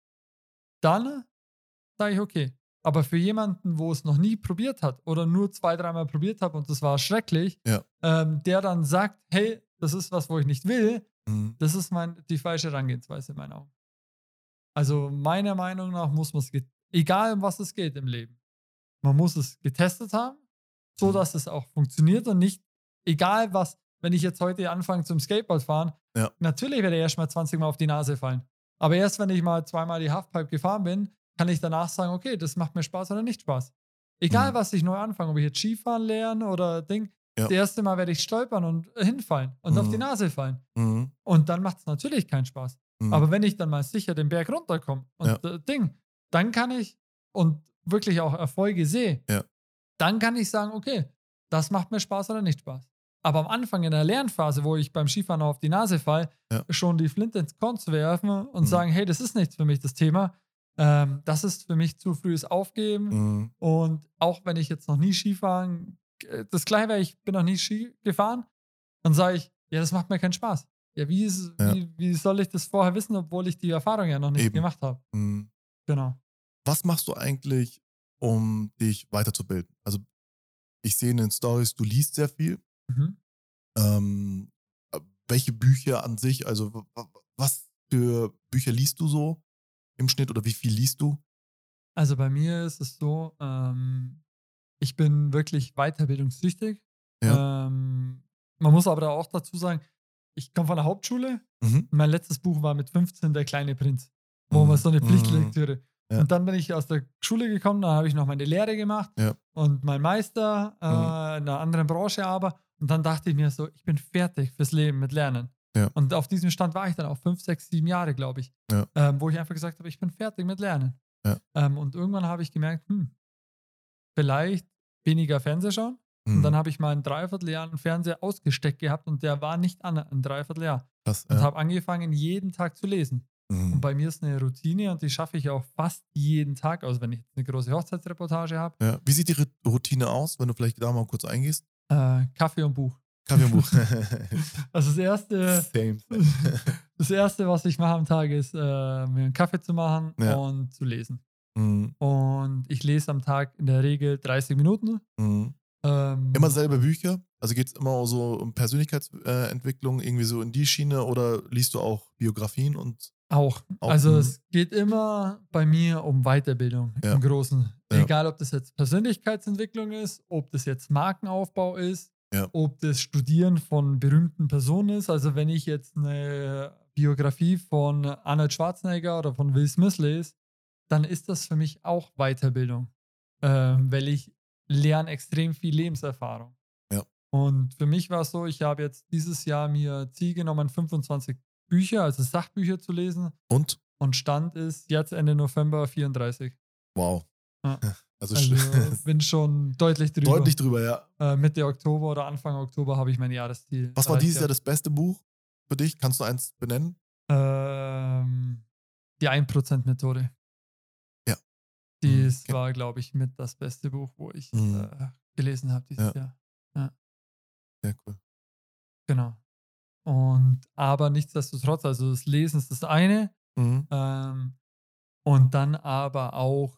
Dann sage ich, okay. Aber für jemanden, wo es noch nie probiert hat oder nur 2-3 Mal probiert hat und das war schrecklich, Ja. der dann sagt, hey, das ist was, wo ich nicht will, Mhm. das ist die falsche Herangehensweise in meinen Augen. Also meiner Meinung nach muss man es, egal um was es geht im Leben, man muss es getestet haben, so Mhm. dass es auch funktioniert und nicht, egal was, wenn ich jetzt heute anfange zum Skateboard fahren, Ja. natürlich werde ich erst mal 20 Mal auf die Nase fallen. Aber erst wenn ich mal 2-mal die Halfpipe gefahren bin, kann ich danach sagen, okay, das macht mir Spaß oder nicht Spaß. Egal, Mhm. was ich neu anfange, ob ich jetzt Skifahren lerne oder Ding, Ja. das erste Mal werde ich stolpern und hinfallen und auf die Mhm. Nase fallen. Mhm. Und dann macht es natürlich keinen Spaß. Mhm. Aber wenn ich dann mal sicher den Berg runterkomme und dann kann ich und wirklich auch Erfolge sehe, Ja. dann kann ich sagen, okay, das macht mir Spaß oder nicht Spaß. Aber am Anfang in der Lernphase, wo ich beim Skifahren noch auf die Nase falle, Ja. schon die Flinte ins Korn zu werfen und Mhm. sagen, hey, das ist nichts für mich, das Thema, das ist für mich zu frühes Aufgeben. Mhm. Und auch wenn ich jetzt noch nie Skifahren, das Gleiche wäre, ich bin noch nie Ski gefahren, dann sage ich, ja, das macht mir keinen Spaß. Ja, wie soll ich das vorher wissen, obwohl ich die Erfahrung ja noch nicht Eben. gemacht habe? Mhm. Genau. Was machst du eigentlich, um dich weiterzubilden? Also ich sehe in den Stories, du liest sehr viel. Mhm. Welche Bücher an sich, also was für Bücher liest du so im Schnitt oder wie viel liest du? Also bei mir ist es so, ich bin wirklich weiterbildungssüchtig. Ja. Man muss aber da auch dazu sagen, ich komme von der Hauptschule. Mhm. Mein letztes Buch war mit 15 Der kleine Prinz, wo man so eine Pflichtlektüre. Ja. Und dann bin ich aus der Schule gekommen, da habe ich noch meine Lehre gemacht Ja. und meinen Meister in einer anderen Branche aber. Und dann dachte ich mir so, ich bin fertig fürs Leben mit Lernen. Ja. Und auf diesem Stand war ich dann auch 5, 6, 7 Jahre, glaube ich. Ja. Wo ich einfach gesagt habe, ich bin fertig mit Lernen. Ja. Und irgendwann habe ich gemerkt, vielleicht weniger Fernseh schauen. Mhm. Und dann habe ich mal ein Dreivierteljahr einen Fernseher ausgesteckt gehabt und der war nicht an, ein Dreivierteljahr. Krass, Und ja. habe angefangen, jeden Tag zu lesen. Mhm. Und bei mir ist eine Routine und die schaffe ich auch fast jeden Tag, also wenn ich jetzt eine große Hochzeitsreportage habe. Ja. Wie sieht die Routine aus, wenn du vielleicht da mal kurz eingehst? Kaffee und Buch. Kaffee und Buch. Also das Erste, Same. was ich mache am Tag, ist, mir einen Kaffee zu machen und zu lesen. Mhm. Und ich lese am Tag in der Regel 30 Minuten. Mhm. Immer selbe Bücher? Also geht es immer so um Persönlichkeitsentwicklung, irgendwie so in die Schiene, oder liest du auch Biografien und Auch. Also es geht immer bei mir um Weiterbildung im Großen. Ja. Egal, ob das jetzt Persönlichkeitsentwicklung ist, ob das jetzt Markenaufbau ist, ob das Studieren von berühmten Personen ist. Also wenn ich jetzt eine Biografie von Arnold Schwarzenegger oder von Will Smith lese, dann ist das für mich auch Weiterbildung. Weil ich lerne extrem viel Lebenserfahrung. Ja. Und für mich war es so, ich habe jetzt dieses Jahr mir Ziel genommen, 25 Bücher, also Sachbücher zu lesen. Und Stand ist jetzt Ende November 34. Wow. Ja. Also bin schon deutlich drüber. Deutlich drüber, ja. Mitte Oktober oder Anfang Oktober habe ich mein Jahresziel. Was war dieses Jahr das beste Buch für dich? Kannst du eins benennen? Die 1%-Methode. Ja. Das war, glaube ich, mit das beste Buch, wo ich gelesen habe dieses Jahr. Ja. Sehr cool. Genau. Aber nichtsdestotrotz, also das Lesen ist das eine. Und dann aber auch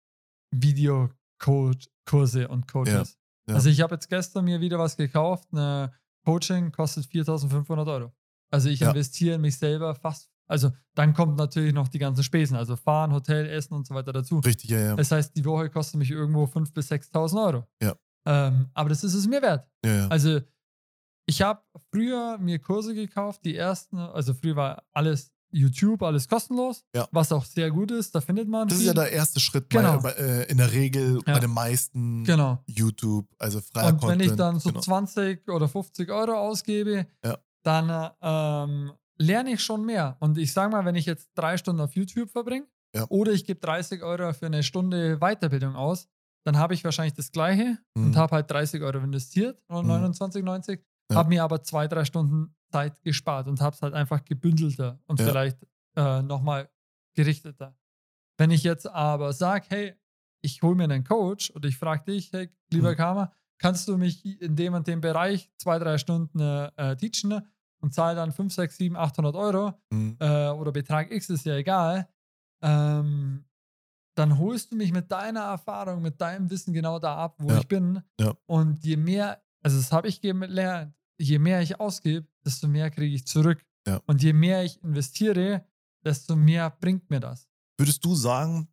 Videokurse und Coaches. Ja. Also ich habe jetzt gestern mir wieder was gekauft. Eine Coaching kostet 4.500 Euro. Also ich investiere in mich selber fast. Also dann kommt natürlich noch die ganzen Spesen. Also Fahren, Hotel, Essen und so weiter dazu. Richtig, ja. Das heißt, die Woche kostet mich irgendwo 5.000 bis 6.000 Euro. Ja. Aber das ist es mir wert. Ja. Also ich habe früher mir Kurse gekauft, die ersten, also früher war alles YouTube, alles kostenlos, was auch sehr gut ist, da findet man Das viel. ist ja der erste Schritt in der Regel bei den meisten YouTube, also freier Und Content. wenn ich dann so 20 oder 50 Euro ausgebe, dann lerne ich schon mehr. Und ich sage mal, wenn ich jetzt 3 Stunden auf YouTube verbringe oder ich gebe 30 Euro für eine Stunde Weiterbildung aus, dann habe ich wahrscheinlich das Gleiche und habe halt 30 Euro investiert oder 29,90. Habe mir aber 2-3 Stunden Zeit gespart und habe es halt einfach gebündelter und vielleicht nochmal gerichteter. Wenn ich jetzt aber sage, hey, ich hole mir einen Coach und ich frage dich, hey, lieber Karma, kannst du mich in dem und dem Bereich 2-3 Stunden teachen und zahle dann 5, 6, 7, 800 Euro oder Betrag X, ist ja egal, dann holst du mich mit deiner Erfahrung, mit deinem Wissen genau da ab, wo ich bin. Ja. Und je mehr, also das habe ich gelernt, je mehr ich ausgebe, desto mehr kriege ich zurück. Ja. Und je mehr ich investiere, desto mehr bringt mir das. Würdest du sagen,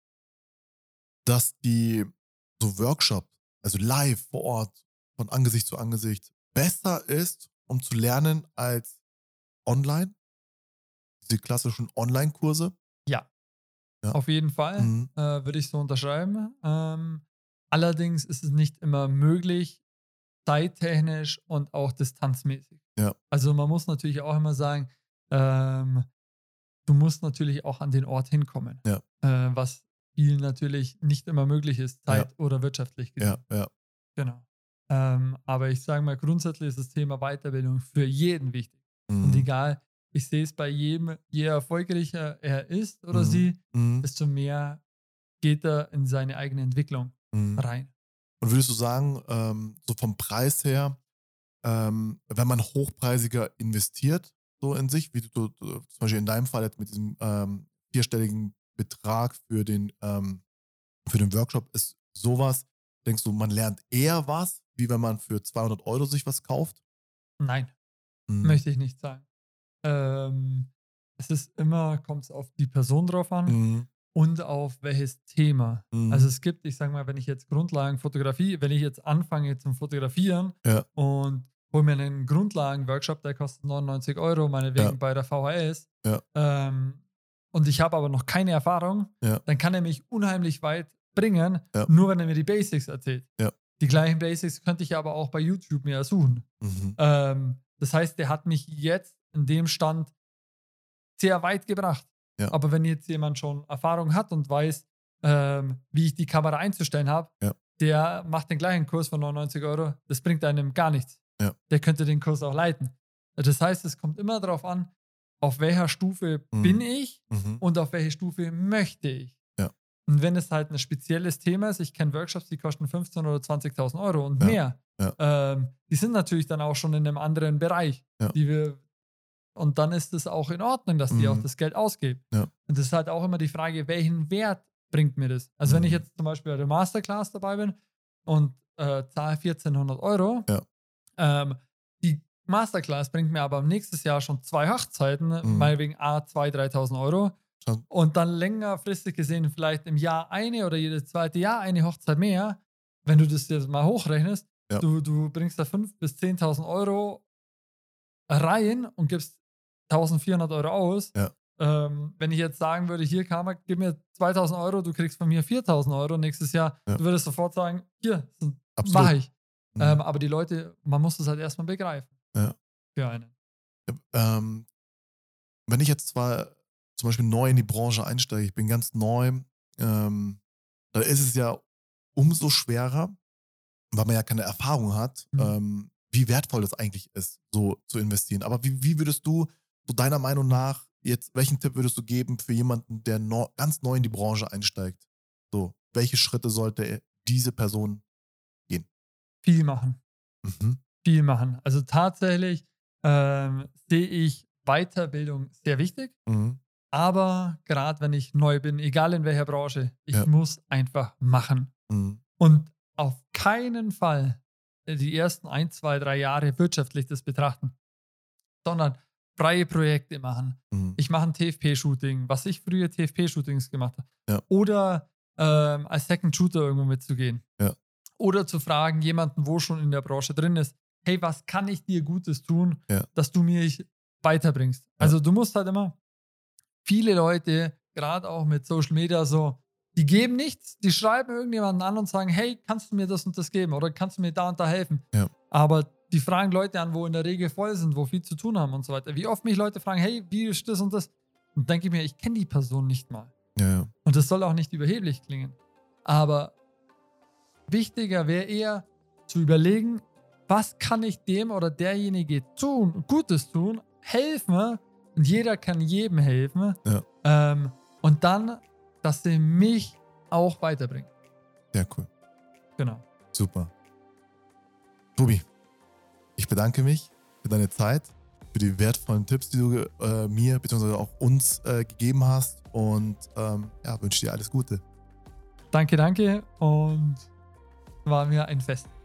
dass die so Workshop, also live vor Ort, von Angesicht zu Angesicht, besser ist, um zu lernen als online? Diese klassischen Online-Kurse? Ja. Auf jeden Fall würde ich so unterschreiben. Allerdings ist es nicht immer möglich, zeittechnisch und auch distanzmäßig. Ja. Also man muss natürlich auch immer sagen, du musst natürlich auch an den Ort hinkommen. Ja. Was vielen natürlich nicht immer möglich ist, zeit- oder wirtschaftlich gesehen. Ja. Genau. Aber ich sage mal, grundsätzlich ist das Thema Weiterbildung für jeden wichtig. Und egal, ich sehe es bei jedem, je erfolgreicher er ist oder sie, desto mehr geht er in seine eigene Entwicklung rein. Und würdest du sagen, so vom Preis her, wenn man hochpreisiger investiert, so in sich, wie du zum Beispiel in deinem Fall jetzt mit diesem 4-stelligen Betrag für den Workshop, ist sowas, denkst du, man lernt eher was, wie wenn man für 200 Euro sich was kauft? Nein, möchte ich nicht sagen. Es ist immer, kommt es auf die Person drauf an. Und auf welches Thema. Also es gibt, ich sage mal, wenn ich jetzt Grundlagenfotografie, wenn ich jetzt anfange zum Fotografieren und hole mir einen Grundlagen-Workshop, der kostet 99 Euro, meinetwegen bei der VHS, und ich habe aber noch keine Erfahrung, dann kann er mich unheimlich weit bringen, nur wenn er mir die Basics erzählt. Ja. Die gleichen Basics könnte ich aber auch bei YouTube mir ersuchen. Das heißt, der hat mich jetzt in dem Stand sehr weit gebracht. Ja. Aber wenn jetzt jemand schon Erfahrung hat und weiß, wie ich die Kamera einzustellen habe, der macht den gleichen Kurs von 99 Euro, das bringt einem gar nichts. Ja. Der könnte den Kurs auch leiten. Das heißt, es kommt immer darauf an, auf welcher Stufe bin ich und auf welche Stufe möchte ich. Ja. Und wenn es halt ein spezielles Thema ist, ich kenne Workshops, die kosten 15.000 oder 20.000 Euro und mehr. Ja. Die sind natürlich dann auch schon in einem anderen Bereich, und dann ist es auch in Ordnung, dass die auch das Geld ausgeben. Ja. Und das ist halt auch immer die Frage, welchen Wert bringt mir das? Also wenn ich jetzt zum Beispiel bei der Masterclass dabei bin und zahle 1.400 Euro, die Masterclass bringt mir aber nächstes Jahr schon 2 Hochzeiten, meinetwegen 2.000, 3.000 Euro. Und dann längerfristig gesehen vielleicht im Jahr eine oder jedes zweite Jahr eine Hochzeit mehr. Wenn du das jetzt mal hochrechnest, du bringst da 5.000 bis 10.000 Euro rein und gibst 1.400 Euro aus. Ja. Wenn ich jetzt sagen würde, hier Karma, gib mir 2.000 Euro, du kriegst von mir 4.000 Euro nächstes Jahr, du würdest sofort sagen, hier, mache ich. Aber die Leute, man muss das halt erstmal begreifen. Ja. Für einen. Wenn ich jetzt zwar zum Beispiel neu in die Branche einsteige, ich bin ganz neu, dann ist es ja umso schwerer, weil man ja keine Erfahrung hat, wie wertvoll das eigentlich ist, so zu investieren. Aber wie würdest du, so deiner Meinung nach, jetzt, welchen Tipp würdest du geben für jemanden, der ganz neu in die Branche einsteigt? So, welche Schritte sollte diese Person gehen? Viel machen. Viel machen. Also tatsächlich sehe ich Weiterbildung sehr wichtig. Aber gerade wenn ich neu bin, egal in welcher Branche, ich muss einfach machen. Und auf keinen Fall die ersten 1, 2, 3 Jahre wirtschaftlich das betrachten, sondern freie Projekte machen. Ich mache ein TFP-Shooting, was ich früher TFP-Shootings gemacht habe. Ja. Oder als Second Shooter irgendwo mitzugehen. Ja. Oder zu fragen, jemanden, wo schon in der Branche drin ist, hey, was kann ich dir Gutes tun, dass du mich weiterbringst? Ja. Also du musst halt immer, viele Leute, gerade auch mit Social Media so, die geben nichts, die schreiben irgendjemanden an und sagen, hey, kannst du mir das und das geben oder kannst du mir da und da helfen? Ja. Aber die fragen Leute an, wo in der Regel voll sind, wo viel zu tun haben und so weiter. Wie oft mich Leute fragen, hey, wie ist das und das? Und denke ich mir, ich kenne die Person nicht mal. Ja. Und das soll auch nicht überheblich klingen. Aber wichtiger wäre eher zu überlegen, was kann ich dem oder derjenige tun, Gutes tun, helfen, und jeder kann jedem helfen. Ja. Und dann, dass sie mich auch weiterbringen. Ja, cool. Genau. Super. Tobi, ich bedanke mich für deine Zeit, für die wertvollen Tipps, die du mir bzw. auch uns gegeben hast und wünsche dir alles Gute. Danke und war mir ein Fest.